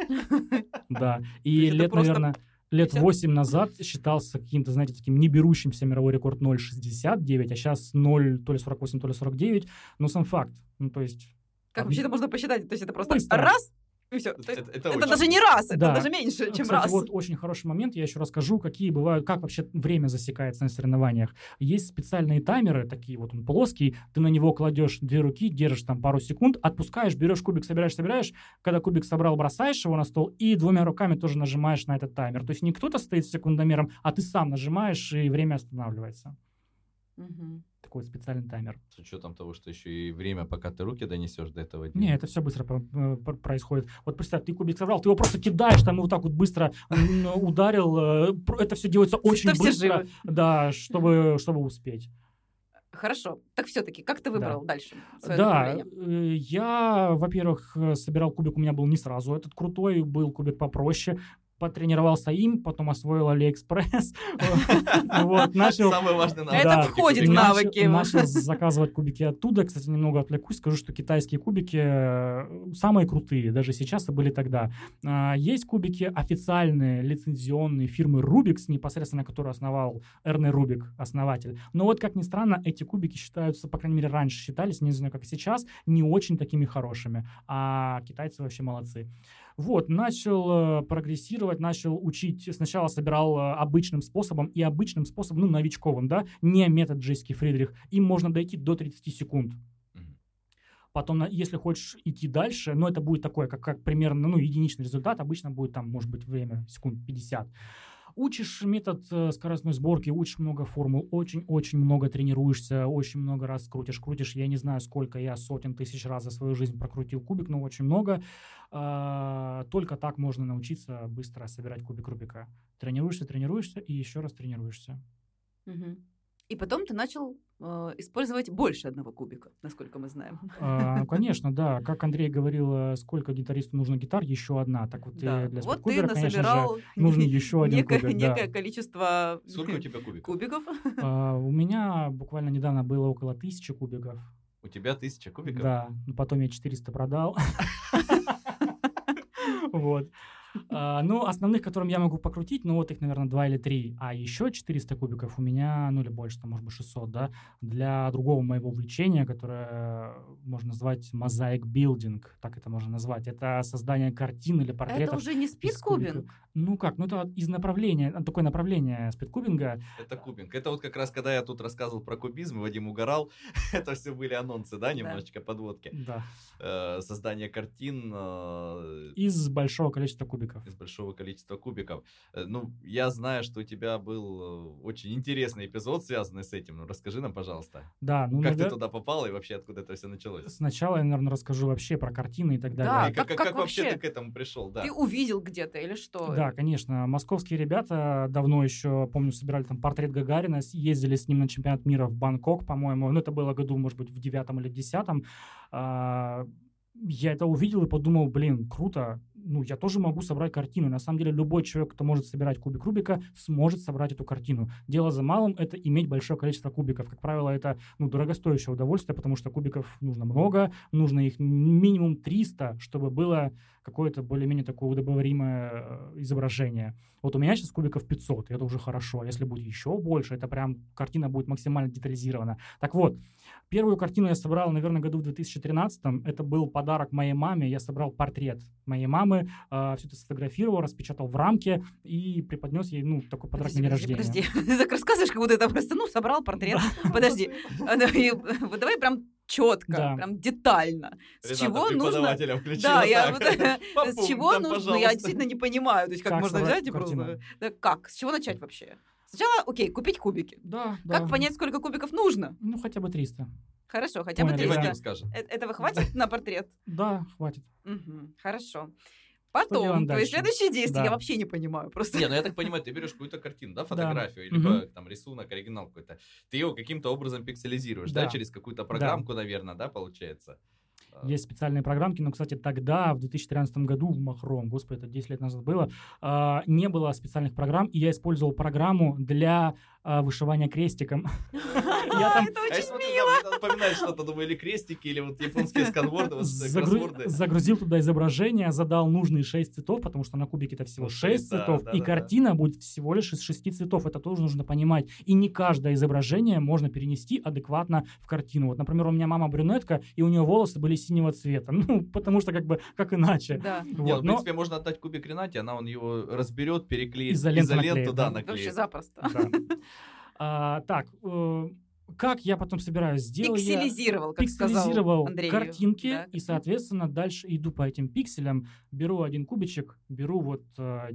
Да. И это лет, просто наверное, лет 50? 8 назад считался каким-то, знаете, таким не берущимся мировой рекорд 0,69, а сейчас 0, то ли 48, то ли 49. Но сам факт. Ну, то есть... Как вообще это можно посчитать? То есть это просто Быстро. раз, и все. Это Это очень даже не раз, это Да. даже меньше, чем Кстати, раз. вот очень хороший момент, я еще расскажу, какие бывают, как вообще время засекается на соревнованиях. Есть специальные таймеры, такие вот он плоский, ты на него кладешь 2 руки, держишь там пару секунд, отпускаешь, берешь кубик, собираешь, когда кубик собрал, бросаешь его на стол и 2 руками тоже нажимаешь на этот таймер. То есть не кто-то стоит с секундомером, а ты сам нажимаешь, и время останавливается. Мгм. Такой специальный таймер. С учетом того, что еще и время, пока ты руки донесешь до этого дела. Не, это все быстро происходит. Вот представь, ты кубик собрал, ты его просто кидаешь, там и вот так вот быстро ударил. Это все делается очень Что все быстро, живы. да, чтобы успеть. Хорошо. Так все-таки, как ты выбрал дальше свое Да, направление? я, во-первых, собирал кубик, у меня был не сразу этот крутой, был кубик попроще. Потренировался им, потом освоил Алиэкспресс. Вот, начал... Самый важный навык. Это Да, входит в и навыки. Начал заказывать кубики оттуда. Кстати, немного отвлекусь, скажу, что китайские кубики самые крутые, даже сейчас и были тогда. Есть кубики официальные, лицензионные фирмы Rubix, непосредственно которые основал Эрне Рубик, основатель. Но вот, как ни странно, эти кубики считаются, по крайней мере, раньше считались, не знаю, как сейчас, не очень такими хорошими. А китайцы вообще молодцы. Вот, начал прогрессировать, начал учить. Сначала собирал обычным способом, и обычным способом, ну, новичковым, да, не метод Джессики Фридрих. Им можно дойти до 30 секунд. Мгм. Потом, если хочешь идти дальше, но это будет такое, как примерно, ну, единичный результат, обычно будет там, может быть, время секунд 50. Учишь метод скоростной сборки, учишь много формул, очень-очень много тренируешься, очень много раз крутишь. Я не знаю, сколько я сотен тысяч раз за свою жизнь прокрутил кубик, но очень много. Только так можно научиться быстро собирать кубик Рубика. Тренируешься и еще раз тренируешься. Мгм. И потом ты начал использовать больше одного кубика, насколько мы знаем. Конечно, да. Как Андрей говорил, сколько гитаристу нужно гитар, еще одна. Так вот Да. и для Вот ты спидкубера, конечно же, насобирал нужен еще один кубик. Да. некое количество Сколько у тебя кубиков? кубиков. У меня буквально недавно было около 1000 кубиков. У тебя 1000 кубиков? Да, но потом я 400 продал. Вот. Ну, основных, которым я могу покрутить, ну, вот их, наверное, 2 или 3. А еще 400 кубиков у меня, ну, или больше, там, может быть, 600, да, для другого моего увлечения, которое можно назвать mosaic building, так это можно назвать. Это создание картин или Это портретов. уже не из кубиков. спидкубинг. Ну как, ну это из направления, такое направление спидкубинга. Это кубинг. Это вот как раз, когда я тут рассказывал про кубизм, и Вадим угорал, это все были анонсы, да, немножечко подводки. Да. Создание картин Из большого количества кубиков. из большого количества кубиков. Ну, я знаю, что у тебя был очень интересный эпизод, связанный с этим. Ну, расскажи нам, пожалуйста. Да, ну, Как ты туда попал и вообще откуда это все началось? Сначала я, наверное, расскажу вообще про картины и так Да, далее. И как как вообще вообще? ты к этому пришел? Да. Ты увидел где-то или что? Да, конечно. Московские ребята давно еще, помню, собирали там портрет Гагарина, ездили с ним на чемпионат мира в Бангкок, по-моему. Ну, это было году, может быть, в 9 или 10. Я это увидел и подумал, блин, круто. Ну, я тоже могу собрать картину. На самом деле, любой человек, кто может собирать кубик Рубика, сможет собрать эту картину. Дело за малым — это иметь большое количество кубиков. Как правило, это, ну, дорогостоящее удовольствие, потому что кубиков нужно много, нужно их минимум 300, чтобы было какое-то более-менее такое удобоваримое изображение. Вот у меня сейчас кубиков 500, и это уже хорошо. Если будет еще больше, это прям картина будет максимально детализирована. Так вот, первую картину я собрал, наверное, году в 2013. Это был подарок моей маме. Я собрал портрет моей мамы, все это сфотографировал, распечатал в рамке и преподнес ей, ну, такой подарок на день рождения. Подожди. Ты так рассказываешь, как будто это просто, ну, собрал портрет. Подожди. Давай прям четко, прям детально. С чего нужно... Да, с чего нужно... Я действительно не понимаю, то есть как можно взять и просто... Как? С чего начать вообще? Сначала, окей, купить кубики. Да. Как понять, сколько кубиков нужно? Ну, хотя бы 300. Хорошо, хотя бы 300. Вадим скажет. Этого хватит на портрет? Да, хватит. Хорошо. Потом, то есть следующие действия, Да. я вообще не понимаю просто. Не, ну я так понимаю, ты берешь какую-то картину, да, фотографию, либо там рисунок, оригинал какой-то. Ты его каким-то образом пикселизируешь, да, через какую-то программку, наверное, да, получается? Есть специальные программки, но, кстати, тогда, в 2013 году, в Махром, господи, это 10 лет назад было, не было специальных программ, и я использовал программу для вышивания крестиком. Это очень мило. Напоминает что-то, думаю, или крестики, или вот японские сканворды, кроссворды. Загрузил туда изображение, задал нужные 6 цветов, потому что на кубике это всего 6 цветов, и картина будет всего лишь из 6 цветов. Это тоже нужно понимать. И не каждое изображение можно перенести адекватно в картину. Вот, например, у меня мама брюнетка, и у нее волосы были синего цвета. Ну, потому что как иначе. Да. Вот, в принципе, можно отдать кубик Ренате, она он его разберет, переклеит, изоленту наклеит. Вообще запросто. Так, как я потом собираюсь? Пикселизировал, как пикселизировал сказал Андрей. картинки, Да, и, соответственно, дальше иду по этим пикселям, беру один кубичек, беру вот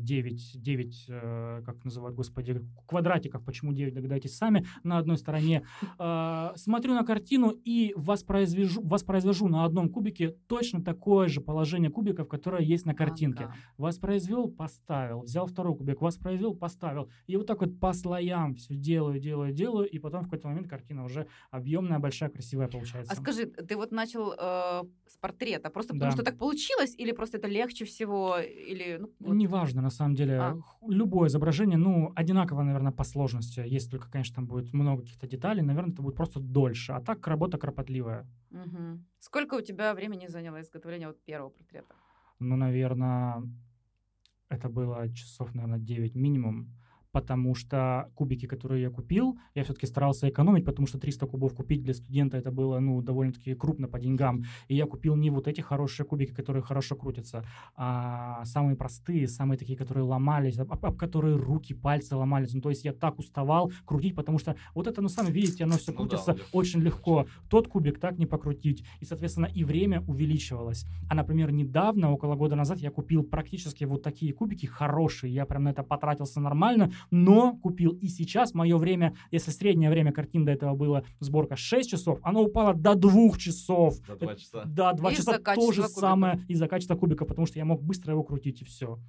9, как называют, господи, квадратиков, почему 9, догадайтесь сами, на одной стороне, смотрю на картину и воспроизвожу на одном кубике точно такое же положение кубиков, которое есть на картинке. Ага. Воспроизвел, поставил, взял второй кубик, воспроизвел, поставил, и вот так вот по слоям все делаю, и потом в какой-то момент картина уже объемная, большая, красивая получается. А скажи, ты вот начал с портрета, просто Да. потому что так получилось, или просто это легче всего, или... Ну, вот... Неважно, на самом деле. Любое изображение, ну, одинаково, наверное, по сложности. Если только, конечно, там будет много каких-то деталей, наверное, это будет просто дольше. А так работа кропотливая. Угу. Сколько у тебя времени заняло изготовление вот первого портрета? Ну, наверное, это было часов, наверное, 9 минимум. Потому что кубики, которые я купил, я все-таки старался экономить, потому что 300 кубов купить для студента это было, ну, довольно-таки крупно по деньгам. И я купил не вот эти хорошие кубики, которые хорошо крутятся, а самые простые, самые такие, которые ломались, об которые руки, пальцы ломались. Ну, то есть я так уставал крутить, потому что вот это, ну, сами видите, оно все крутится очень легко. Тот кубик так не покрутить. И, соответственно, и время увеличивалось. А, например, недавно, около года назад, я купил практически вот такие кубики хорошие. Я прям на это потратился нормально, но купил. И сейчас мое время, если среднее время картин до этого было сборка 6 часов, оно упало до 2 часов. До 2 часа. Да, 2 часа то же кубика. самое из-за качества кубика, потому что я мог быстро его крутить, и все.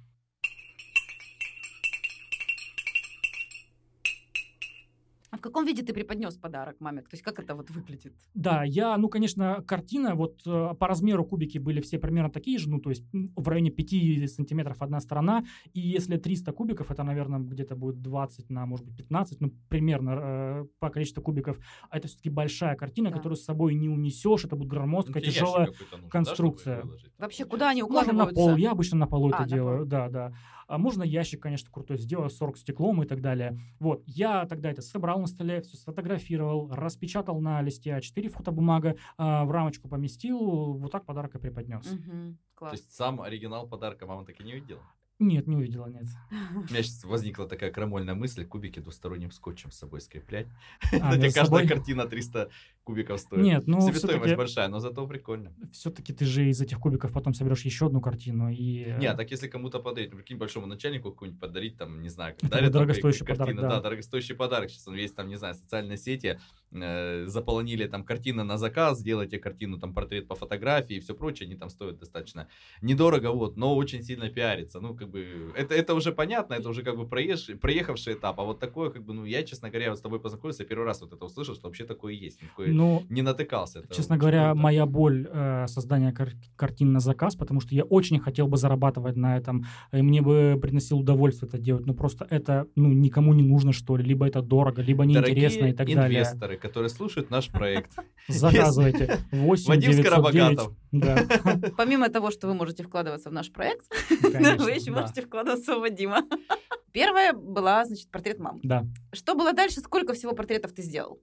А в каком виде ты преподнес подарок маме? То есть как это вот выглядит? Да, ну, конечно, картина, вот по размеру кубики были все примерно такие же, ну, то есть в районе 5 сантиметров одна сторона, и если 300 кубиков, это, наверное, где-то будет 20 на, может быть, 15, ну, примерно по количеству кубиков, а это все-таки большая картина, которую с собой не унесешь, это будет громоздкая, тяжелая конструкция. Вообще, куда они Можно укладываются? на пол, я обычно на полу это на делаю, пол. да. А можно ящик, конечно, крутой сделаю, 40 стеклом и так далее. Вот, я тогда это собрал на столе, все сфотографировал, распечатал на листе А4 фотобумага, в рамочку поместил, вот так подарок и преподнес. Угу, класс. То есть сам оригинал подарка мама так и не увидела? Нет, не увидела, нет. У меня сейчас возникла такая крамольная мысль: кубики двусторонним скотчем с собой скреплять. А, Кстати, между каждая собой? картина 300 кубиков стоит. Нет, ну Себестоимость все-таки большая, но зато прикольно. ты же из этих кубиков потом соберешь еще одну картину. И... Не, так если кому-то подарить, прикинь, большому начальнику какую-нибудь подарить, там, не знаю, как Это дарят там дорогостоящий картины. подарок, да. Да, дорогостоящий подарок. Сейчас он весь там, не знаю, социальные сети заполонили там картины на заказ, сделайте картину, там, портрет по фотографии и все прочее, они там стоят достаточно недорого, вот, но очень сильно пиарится. Ну, как бы, это уже понятно, это уже как бы проехавший этап, а вот такое, как бы, ну, я, честно говоря, вот с тобой познакомился, первый раз вот это услышал, что вообще такое есть, не натыкался. Это честно говоря, моя боль создания картин на заказ, потому что я очень хотел бы зарабатывать на этом, и мне бы приносило удовольствие это делать, но просто это, ну, никому не нужно, что ли, либо это дорого, либо неинтересно и так далее. Инвесторы, которые слушают наш проект. Заказывайте. 8 Вадим 909. Скоробогатов. Да, Помимо того, что вы можете вкладываться в наш проект, конечно, вы еще да. можете вкладываться в Вадима. Первая была, значит, портрет мамы. Да. Что было дальше? Сколько всего портретов ты сделал?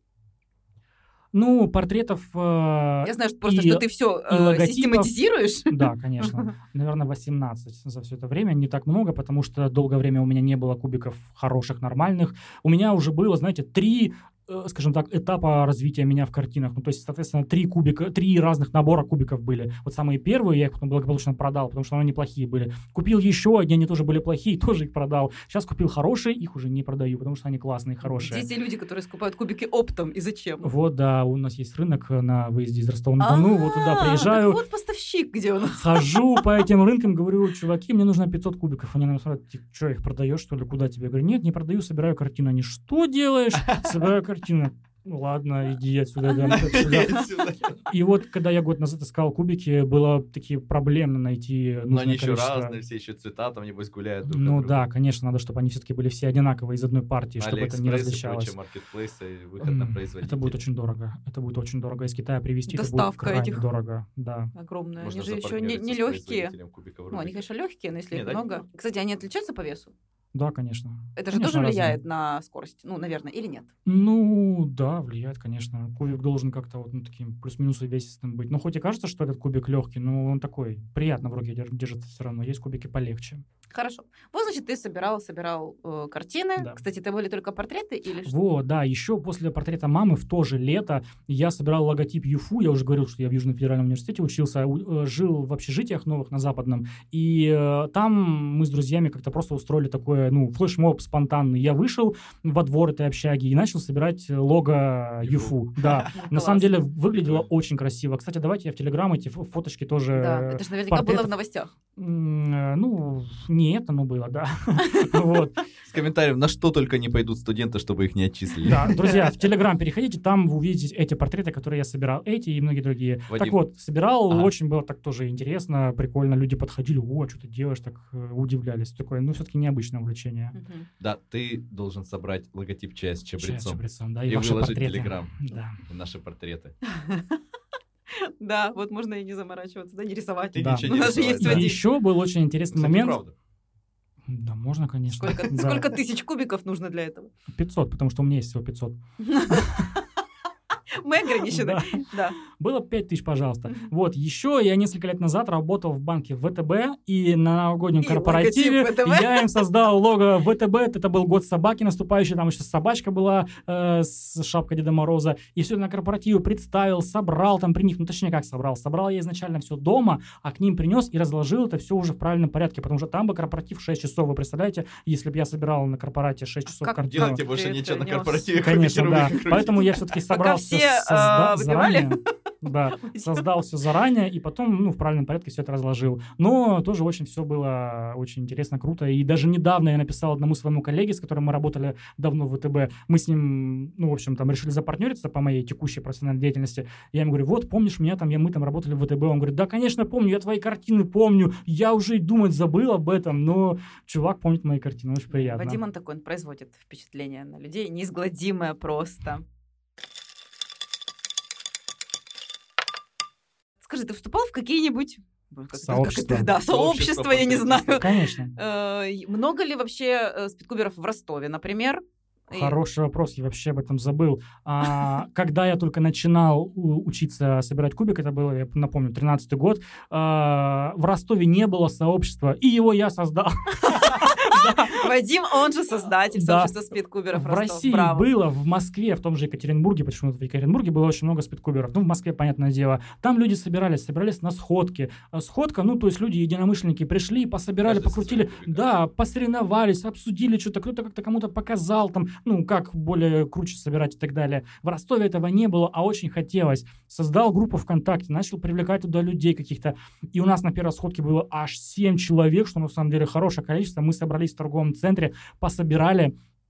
Ну, портретов... Я знаю, что просто и- что ты все логотипов. систематизируешь. Да, конечно. Наверное, 18 за все это время. Не так много, потому что долгое время у меня не было кубиков хороших, нормальных. У меня уже было, знаете, 3, скажем так, этапа развития меня в картинах. Ну, то есть, соответственно, 3 разных набора кубиков были. Вот самые первые я их потом благополучно продал, потому что они неплохие были. Купил еще одни, они тоже были плохие, тоже их продал. Сейчас купил хорошие, их уже не продаю, потому что они классные, хорошие. Где те люди, которые скупают кубики оптом и зачем? Вот, да, у нас есть рынок на выезде из Ростова-на-Дону, вот туда приезжаю. Так вот поставщик, где он. Хожу по этим рынкам, говорю, чуваки, мне нужно 500 кубиков. Они на меня смотрят, ты что, их продаешь, что ли, куда тебе? Я говорю, нет, не продаю, собираю картину. Они, что делаешь? Собираю картину. Ну ладно, иди отсюда. Да, сюда. И вот, когда я год назад искал кубики, было такие проблемно найти Но нужное они еще количество. разные, все еще цвета там, небось, гуляют друг Ну от друга. да, конечно, надо, чтобы они все-таки были все одинаковые из одной партии, чтобы это не AliExpress и различалось. прочие маркетплейсы, выход на производителя. Это будет очень дорого. Это будет очень дорого. Из Китая привезти это будет Доставка крайне этих. дорого. Да. Огромные. Можно Они же еще запартнериться не с легкие. производителем кубиков Ну, они, Рубика. конечно, легкие, но если Не, их да, много. Кстати, они отличаются по весу? Да, конечно. Это же Конечно, тоже разные. влияет на скорость. Ну, наверное, или нет? Ну, да, влияет, конечно. Кубик должен как-то вот таким плюс-минус увесистым быть. Ну, хоть и кажется, что этот кубик легкий, но он такой приятно в руке держится все равно. Есть кубики полегче. Хорошо. Вот, значит, ты собирал картины. Да. Кстати, это были только портреты или что? Вот, да, еще после портрета мамы в то же лето я собирал логотип ЮФУ. Я уже говорил, что я в Южном федеральном университете учился, жил в общежитиях новых на Западном. И там мы с друзьями как-то просто устроили такое, флешмоб спонтанный. Я вышел во двор этой общаги и начал собирать лого ЮФУ. Да, на самом деле выглядело очень красиво. Кстати, давайте я в Телеграм эти фоточки тоже... Да, это же наверняка было в портретов. новостях. Не это, но было, да. Вот. С комментарием, на что только не пойдут студенты, чтобы их не отчислили. Да, друзья, в Телеграм переходите, там вы увидите эти портреты, которые я собирал, эти и многие другие. Вадим. Так вот, собирал, Ага. очень было так тоже интересно, прикольно, люди подходили, о, что ты делаешь, так удивлялись. Такое, все-таки необычное увлечение. Мгм. Да, ты должен собрать логотип «Чая с чабрецом» Чабрецом, да, и ваши выложить в портреты. Телеграм. Да. Наши портреты. Да, вот можно и не заморачиваться, да, не рисовать. И Да. ничего У не нас же рисовать, есть да. Вадим. Еще был очень интересный Кстати, момент. правда. Да, можно, конечно. Сколько, Да. сколько тысяч кубиков нужно для этого? 500, потому что у меня есть всего 500. Мы ограничены. Да. Было 5000, пожалуйста. Мгм. Вот, еще я несколько лет назад работал в банке ВТБ, и на новогоднем И корпоративе логотип ВТБ. я им создал лого ВТБ. Это был год собаки наступающий, там еще собачка была с шапкой Деда Мороза. И все на корпоративе представил, собрал там при них, точнее как собрал. Собрал я изначально все дома, а к ним принес и разложил это все уже в правильном порядке, потому что там бы корпоратив 6 часов, вы представляете, если бы я собирал на корпорате 6 часов как картину. Делайте больше Ты ничего это на нес. корпоративе. Конечно, кроме да. Рубика крутить. Поэтому я все-таки собрал все, все выпивали. заранее. Да, создал все заранее и потом, в правильном порядке все это разложил. Но тоже очень все было очень интересно, круто. И даже недавно я написал одному своему коллеге, с которым мы работали давно в ВТБ. Мы с ним, в общем, там решили запартнериться по моей текущей профессиональной деятельности. Я ему говорю, вот, помнишь меня там, мы там работали в ВТБ. Он говорит, да, конечно, помню, я твои картины помню. Я уже и думать забыл об этом, но чувак помнит мои картины, очень приятно. Вадим, он такой, он производит впечатление на людей, неизгладимое просто. Скажи, ты вступал в какие-нибудь... Сообщества. Да, сообщества, я не знаю. Конечно. Много ли вообще спидкуберов в Ростове, например? И- Хороший вопрос, я вообще об этом забыл. Когда я только начинал учиться собирать кубик, это было, я напомню, 13-й год, в Ростове не было сообщества, и его я создал. Вадим, он же создатель Да. сообщества спидкуберов В Ростов. России Браво. было, в Москве, в том же Екатеринбурге, почему-то в Екатеринбурге было очень много спидкуберов. В Москве, понятное дело. Там люди собирались на сходке. Сходка, то есть люди, единомышленники, пришли, пособирали, Каждый со покрутили, своим кубиком. да, посоревновались, обсудили что-то, кто-то как-то кому-то показал, там, как более круче собирать и так далее. В Ростове этого не было, а очень хотелось. Создал группу ВКонтакте, начал привлекать туда людей каких-то. И у нас на первой сходке было аж 7 человек, что на самом деле хорошее количество. Мы собрались в торговом центре, пособирали.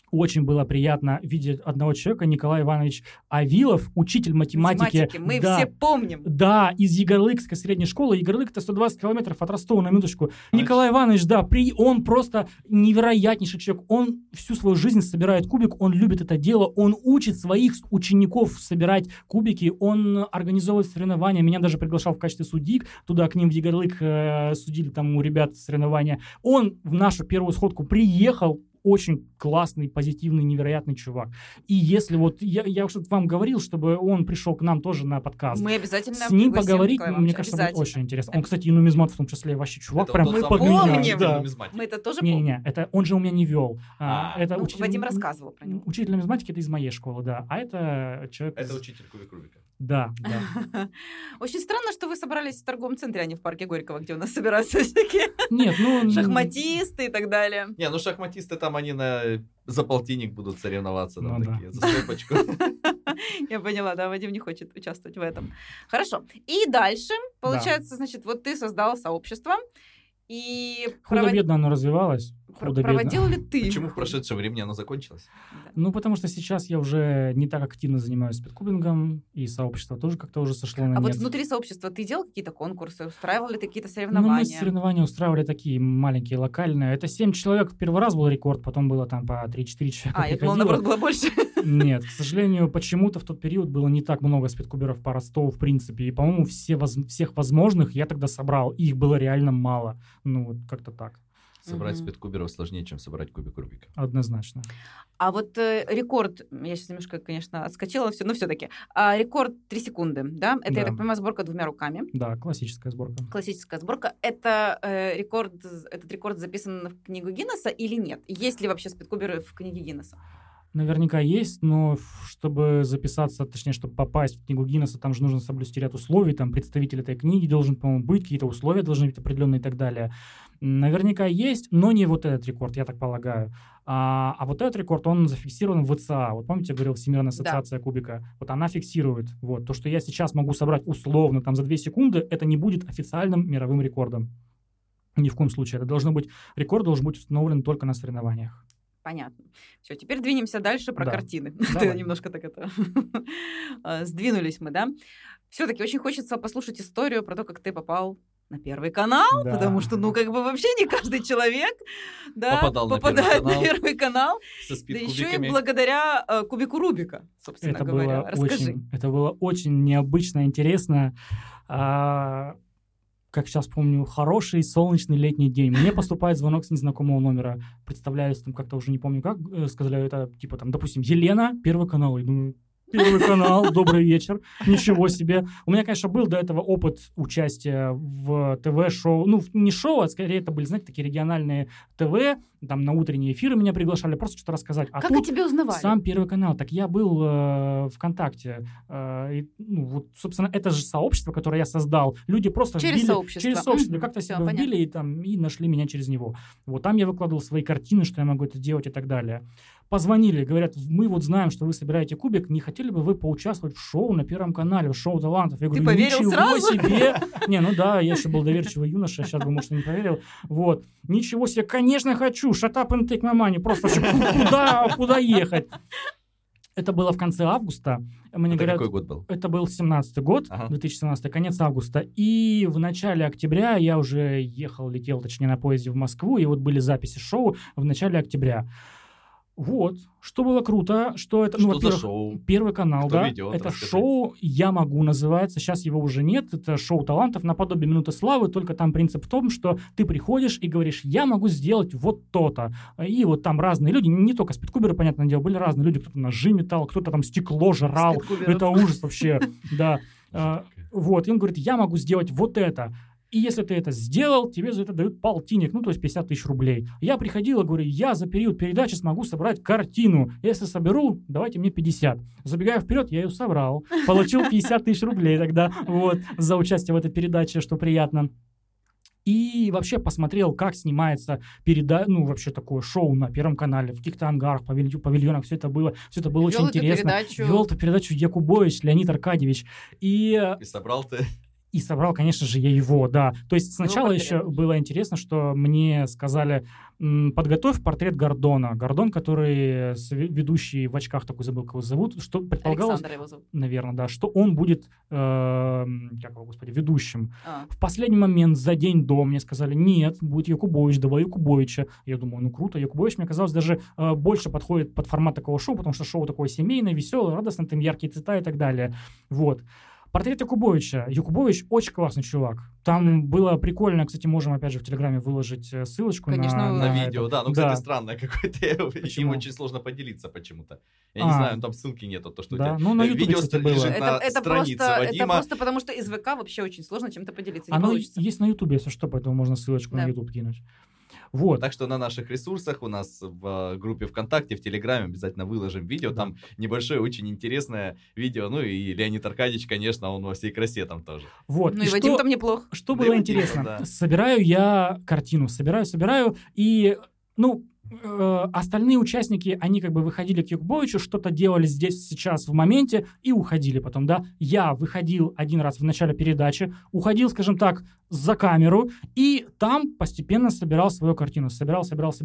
очень было приятно видеть одного человека, Николай Иванович Авилов, учитель математики. Мы да, все помним. Да, из Егорлыкской средней школы. Егорлык — это 120 километров от Ростова, на минуточку. Николай Иванович, да, он просто невероятнейший человек. Он всю свою жизнь собирает кубик, он любит это дело, он учит своих учеников собирать кубики, он организовывает соревнования. Меня даже приглашал в качестве судьи туда, к ним в Егорлык, судили там у ребят соревнования. Он в нашу первую сходку приехал, очень классный, позитивный, невероятный чувак. И если вот, я уже вам говорил, чтобы он пришел к нам тоже на подкаст. Мы обязательно с ним пригласим поговорить, Николая мне Ивановича, кажется, будет обязательно. очень интересно. Он, кстати, и нумизмат в том числе, вообще чувак. Это Прям вот тот под самый меня, помним. да. нумизматик. Мы это тоже помним. Не-не-не, это он же у меня не вел. Это Ну, учитель, Вадим рассказывал про него. Учитель нумизматики — это из моей школы, да. А это человек... Это учитель кубик Рубика. Да, да. Очень странно, что вы собрались в торговом центре, а не в парке Горького, где у нас собираются всякие Нет, ну... шахматисты и так далее. Не, ну шахматисты там они за полтинник будут соревноваться, там Ну да. такие, за стопочку. Я поняла, да, Вадим не хочет участвовать в этом. Хорошо. И дальше, получается, значит, вот ты создал сообщество, и Худо-бедно оно развивалось. Худо-бедно. проводил ли ты? Почему в прошедшем времени оно закончилось? Да. Ну, потому что сейчас я уже не так активно занимаюсь спидкубингом, и сообщество тоже как-то уже сошло на А вот нет. внутри сообщества ты делал какие-то конкурсы, устраивал ли ты какие-то Ну, мы соревнования? соревнования устраивали такие маленькие, локальные. Это 7 человек в первый раз был рекорд, потом было там по 3-4 человека Я думала, приходило. наоборот, было больше. Нет, к сожалению, почему-то в тот период было не так много спидкуберов по Ростову, в принципе. И, по-моему, всех возможных я тогда собрал. И их было реально мало. Ну, вот как-то так. Собрать Мгм. спидкуберов сложнее, чем собрать кубик Рубика. Однозначно. А вот рекорд, я сейчас немножко, конечно, отскочила все, но все-таки. Рекорд 3 секунды, да? Это, Да. я так понимаю, сборка 2 руками. Да, классическая сборка. Классическая сборка. Это этот рекорд записан в книгу Гиннесса или нет? Есть ли вообще спидкуберы в книге Гиннесса? Наверняка есть, но чтобы записаться, точнее, чтобы попасть в книгу Гиннесса, там же нужно соблюсти ряд условий, там представитель этой книги должен, по-моему, быть, какие-то условия должны быть определенные и так далее. Наверняка есть, но не вот этот рекорд, я так полагаю. А вот этот рекорд, он зафиксирован в ВЦА. Вот помните, я говорил, Всемирная ассоциация кубика? Вот она фиксирует. Вот. То, что я сейчас могу собрать условно там за 2 секунды, это не будет официальным мировым рекордом. Ни в коем случае. Это должно быть, рекорд должен быть установлен только на соревнованиях. Понятно. Все, теперь двинемся дальше про Да. картины. Давай. Немножко так это... Сдвинулись мы, да? Все-таки очень хочется послушать историю про то, как ты попал на Первый канал, Да. потому что, ну, как бы вообще не каждый человек, да, Попадал на попадает Первый на канал. Первый канал, Со да еще и спидкубиками. благодаря кубику Рубика, собственно Это говоря. было, Расскажи. это было очень необычно, интересно. Как сейчас помню, хороший солнечный летний день. Мне поступает звонок с незнакомого номера. Представляюсь, там как-то уже не помню как, сказали, это типа там, допустим, Елена, Первый канал. Я думаю, Первый канал, добрый вечер, ничего себе. У меня, конечно, был до этого опыт участия в ТВ-шоу. Ну, не шоу, а скорее это были, знаете, такие региональные ТВ. Там на утренние эфиры меня приглашали, просто что-то рассказать. А Как о тут тебе узнавали? сам Первый канал. Так я был ВКонтакте. Вот, собственно, это же сообщество, которое я создал. Люди просто Через вбили- сообщество. через сообщество Мгм. как-то Всё, себя понятно. вбили и нашли меня через него. Вот там я выкладывал свои картины, что я могу это делать и так далее. Позвонили, говорят, мы вот знаем, что вы собираете кубик, не хотели бы вы поучаствовать в шоу на Первом канале, в шоу талантов? Я говорю, поверил ничего сразу? себе! Не, ну да, я еще был доверчивый юноша, сейчас бы, может, и не поверил. Вот. Ничего себе, конечно, хочу, shut up and take my money. Просто вообще, куда ехать? Это было в конце августа. Мне Это говорят, какой год был? это был 17-й год, Ага. 2017, конец августа. И в начале октября я уже летел, точнее, на поезде в Москву, и вот были записи шоу в начале октября. Вот, что было круто, что это, Что за во-первых, шоу? Первый канал, Кто да, ведет? это Расскажи. шоу «Я могу» называется, сейчас его уже нет, это шоу талантов наподобие «Минуты славы», только там принцип в том, что ты приходишь и говоришь, я могу сделать вот то-то, и вот там разные люди, не только спидкуберы, понятное дело, были разные люди, кто-то ножи метал, кто-то там стекло жрал, Спидкуберов. это ужас вообще, да, вот, и он говорит, я могу сделать вот это. И если ты это сделал, тебе за это дают полтинник, ну, то есть 50 тысяч рублей. Я приходил и говорю, я за период передачи смогу собрать картину. Если соберу, давайте мне 50. Забегая вперед, я ее собрал. Получил 50 тысяч рублей тогда, вот, за участие в этой передаче, что приятно. И вообще посмотрел, как снимается вообще такое шоу на Первом канале, в каких-то ангарах, павильонах, все это было очень Вёл эту интересно. передачу- Вел эту передачу Якубович Леонид Аркадьевич. И И собрал ты. И собрал, конечно же, я его, да. То есть сначала портрет. еще было интересно, что мне сказали, подготовь портрет Гордона. Гордон, который ведущий в очках, такой забыл, кого зовут, что предполагалось, Александр его зовут. наверное, да, что он будет, как его, господи, ведущим. А. В последний момент, за день до, мне сказали, нет, будет Якубович, давай Якубовича. Я думаю, ну круто, Якубович, мне казалось, даже больше подходит под формат такого шоу, потому что шоу такое семейное, веселое, радостное, там яркие цвета и так далее. Вот. Портрет Якубовича. Якубович очень классный чувак. Там было прикольно, кстати, можем опять же в Телеграме выложить ссылочку Конечно, На Да, видео, это. да. Ну, кстати, странное какое-то. Им Почему? очень сложно поделиться почему-то. Я не знаю, там ссылки нету. То, что у Да, тебя ну на Ютубе, видео кстати, было. лежит на странице это Вадима. просто потому, что из ВК вообще очень сложно чем-то поделиться. Не Оно получится. есть на Ютубе, если что, поэтому можно ссылочку Да. на Ютуб кинуть. Вот. Так что на наших ресурсах, у нас в группе ВКонтакте, в Телеграме обязательно выложим видео. Да. Там небольшое, очень интересное видео. Ну и Леонид Аркадьевич, конечно, он во всей красе там тоже. Вот. Ну И и Вадим что- там неплох. Что Да и было Вадим, интересно? да. Собираю я картину, собираю, и, ну, остальные участники, они как бы выходили к Якубовичу, что-то делали здесь, сейчас, в моменте, и уходили потом, да. Я выходил один раз в начале передачи, уходил, скажем так, за камеру, и там постепенно собирал свою картину. Собирал,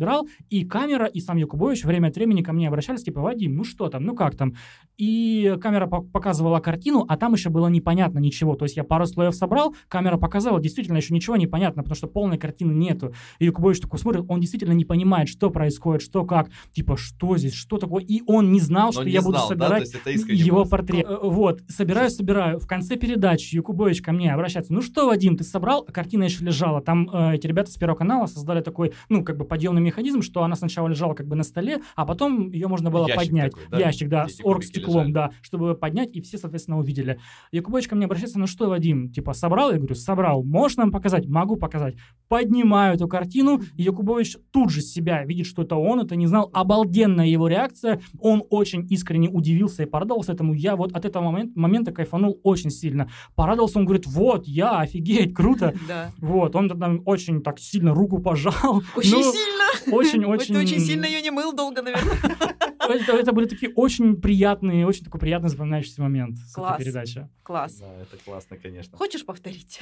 и камера, и сам Якубович время от времени ко мне обращались, типа, Вадим, ну что там, ну как там? И камера показывала картину, а там еще было непонятно ничего. То есть я пару слоев собрал, камера показала, действительно еще ничего не понятно, потому что полной картины нету. И Якубович такой смотрит, он действительно не понимает, что происходит, что как, типа, что здесь, что такое. И он не знал, Но что не я буду знал, да? То собирать есть это искренне его было. портрет. Вот, собираю. В конце передачи Якубович ко мне обращается. Ну что, Вадим, ты собрал? Картина еще лежала. Там эти ребята с Первого канала создали такой, ну, как бы подъемный механизм, что она сначала лежала как бы на столе, а потом ее можно было Ящик поднять. такой, да? Ящик, да, Где с эти кубики оргстеклом, лежали. да, чтобы поднять, и все, соответственно, увидели. Якубович ко мне обращается, ну что, Вадим, типа, собрал? Я говорю, собрал. Можешь нам показать? Могу показать. Поднимаю эту картину, и Якубович тут же себя видит, что это он, это не знал. Обалденная его реакция. Он очень искренне удивился и порадовался этому. Я вот от этого момента кайфанул очень сильно. Порадовался, он говорит, вот, я, офигеть, круто. Да. Вот, он там очень так сильно руку пожал. Очень Ну, сильно. Очень-очень... Ты очень сильно ее не мыл долго, наверное. Это были такие очень приятные, очень такой приятный запоминающийся момент с Класс. этой передачи. Класс. Да, это классно, конечно. Хочешь повторить?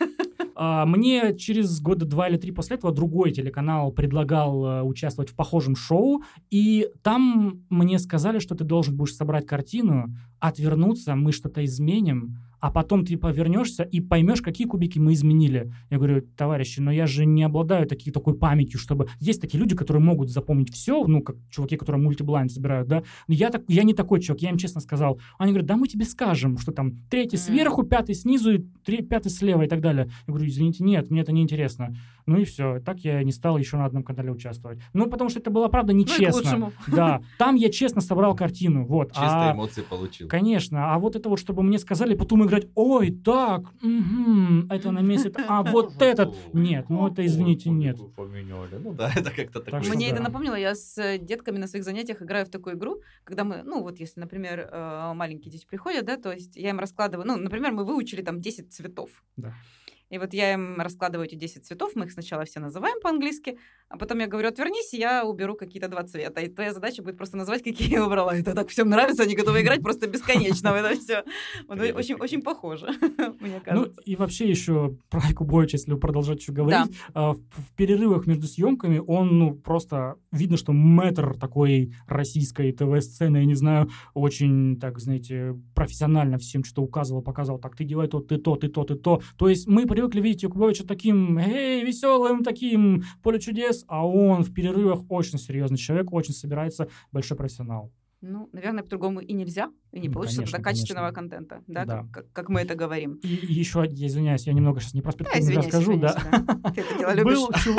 Мне через года 2 или 3 после этого другой телеканал предлагал участвовать в похожем шоу, и там мне сказали, что ты должен будешь собрать картину, отвернуться, мы что-то изменим, а потом ты повернешься и поймешь, какие кубики мы изменили. Я говорю, товарищи, но я же не обладаю такой памятью, чтобы... Есть такие люди, которые могут запомнить все, ну, как чуваки, которые мультиблайнд собирают, да, но я не такой чувак, я им честно сказал. Они говорят, да мы тебе скажем, что там 3-й сверху, 5-й снизу и 5-й слева и так далее. Я говорю, извините, нет, мне это не интересно. Ну и все, так я не стал еще на одном канале участвовать. Ну, потому что это было, правда, Ну и к нечестно. лучшему. Да, там я честно собрал картину, вот. Чистые эмоции получил. Конечно, а вот это вот, чтобы мне сказали, потом играть, ой, так, это на месяц, а вот этот, нет, ну это, извините, нет. Поменяли. Ну да, это как-то Так такое. что Мне да. это напомнило, я с детками на своих занятиях играю в такую игру, когда мы, ну вот если, например, маленькие дети приходят, да, то есть я им раскладываю, ну, например, мы выучили там 10 цветов. Да. И вот я им раскладываю эти 10 цветов, мы их сначала все называем по-английски, а потом я говорю, отвернись, и я уберу какие-то 2 цвета. И твоя задача будет просто назвать, какие я убрала. Это так всем нравится, они готовы играть просто бесконечно в это все. Очень, очень похоже, мне Ну кажется. и вообще еще про Якубовича, если продолжать еще говорить, в перерывах между съемками он, ну, просто видно, что мэтр такой российской ТВ-сцены, я не знаю, очень, так, знаете, профессионально всем что-то указывал, показывал, так, ты делай то, ты то, ты то, ты то. То есть мы привыкли видеть Якубовича таким, веселым, таким, поле чудес, а он в перерывах очень серьезный человек, очень собирается, большой профессионал. Ну, наверное, по-другому и нельзя, и не Ну, получится конечно, тогда качественного конечно. контента, да, Да. как мы это говорим. И еще, я извиняюсь, я немного сейчас не про Да, спиртное расскажу, да. Ты это дело любишь.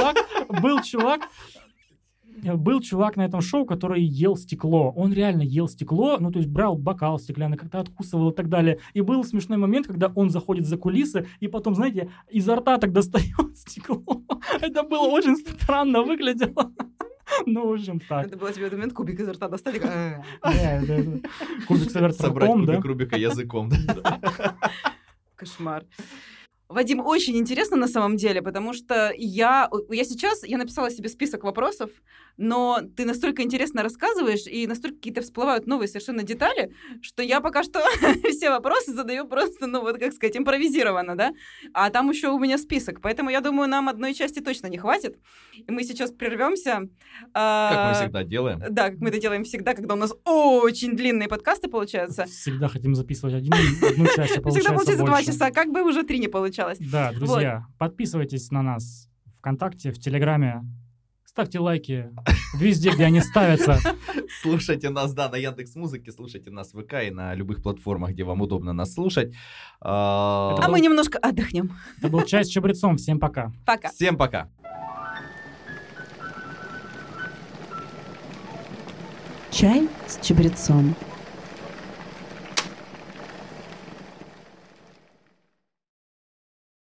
Был чувак на этом шоу, который ел стекло. Он реально ел стекло, ну, то есть брал бокал стеклянный, как-то откусывал и так далее. И был смешной момент, когда он заходит за кулисы, и потом, знаете, изо рта так достает стекло. Это было очень странно выглядело. Ну, в общем, так. Это было тебе в этот момент кубик изо рта достали. Кубик собирать Собрать ртом, да? кубик Рубика языком. Да. Кошмар. Вадим, очень интересно на самом деле, потому что я написала себе список вопросов, но ты настолько интересно рассказываешь, и настолько какие-то всплывают новые совершенно детали, что я пока что все вопросы задаю просто, как сказать, импровизированно, да? А там еще у меня список, поэтому я думаю, нам одной части точно не хватит. И мы сейчас прервемся. Как мы всегда делаем. Да, как мы это делаем всегда, когда у нас очень длинные подкасты получаются. Всегда хотим записывать одну часть, а получается Всегда получается 2 больше. часа, как бы уже 3 не получалось. Да, друзья, подписывайтесь на нас ВКонтакте, в Телеграме, ставьте лайки везде, где они ставятся. Слушайте нас, да, на Яндекс.Музыке, слушайте нас в ВК и на любых платформах, где вам удобно нас слушать. А мы немножко отдохнем. Это был «Чай с чабрецом». Всем пока. Пока. Всем пока. Чай с чабрецом.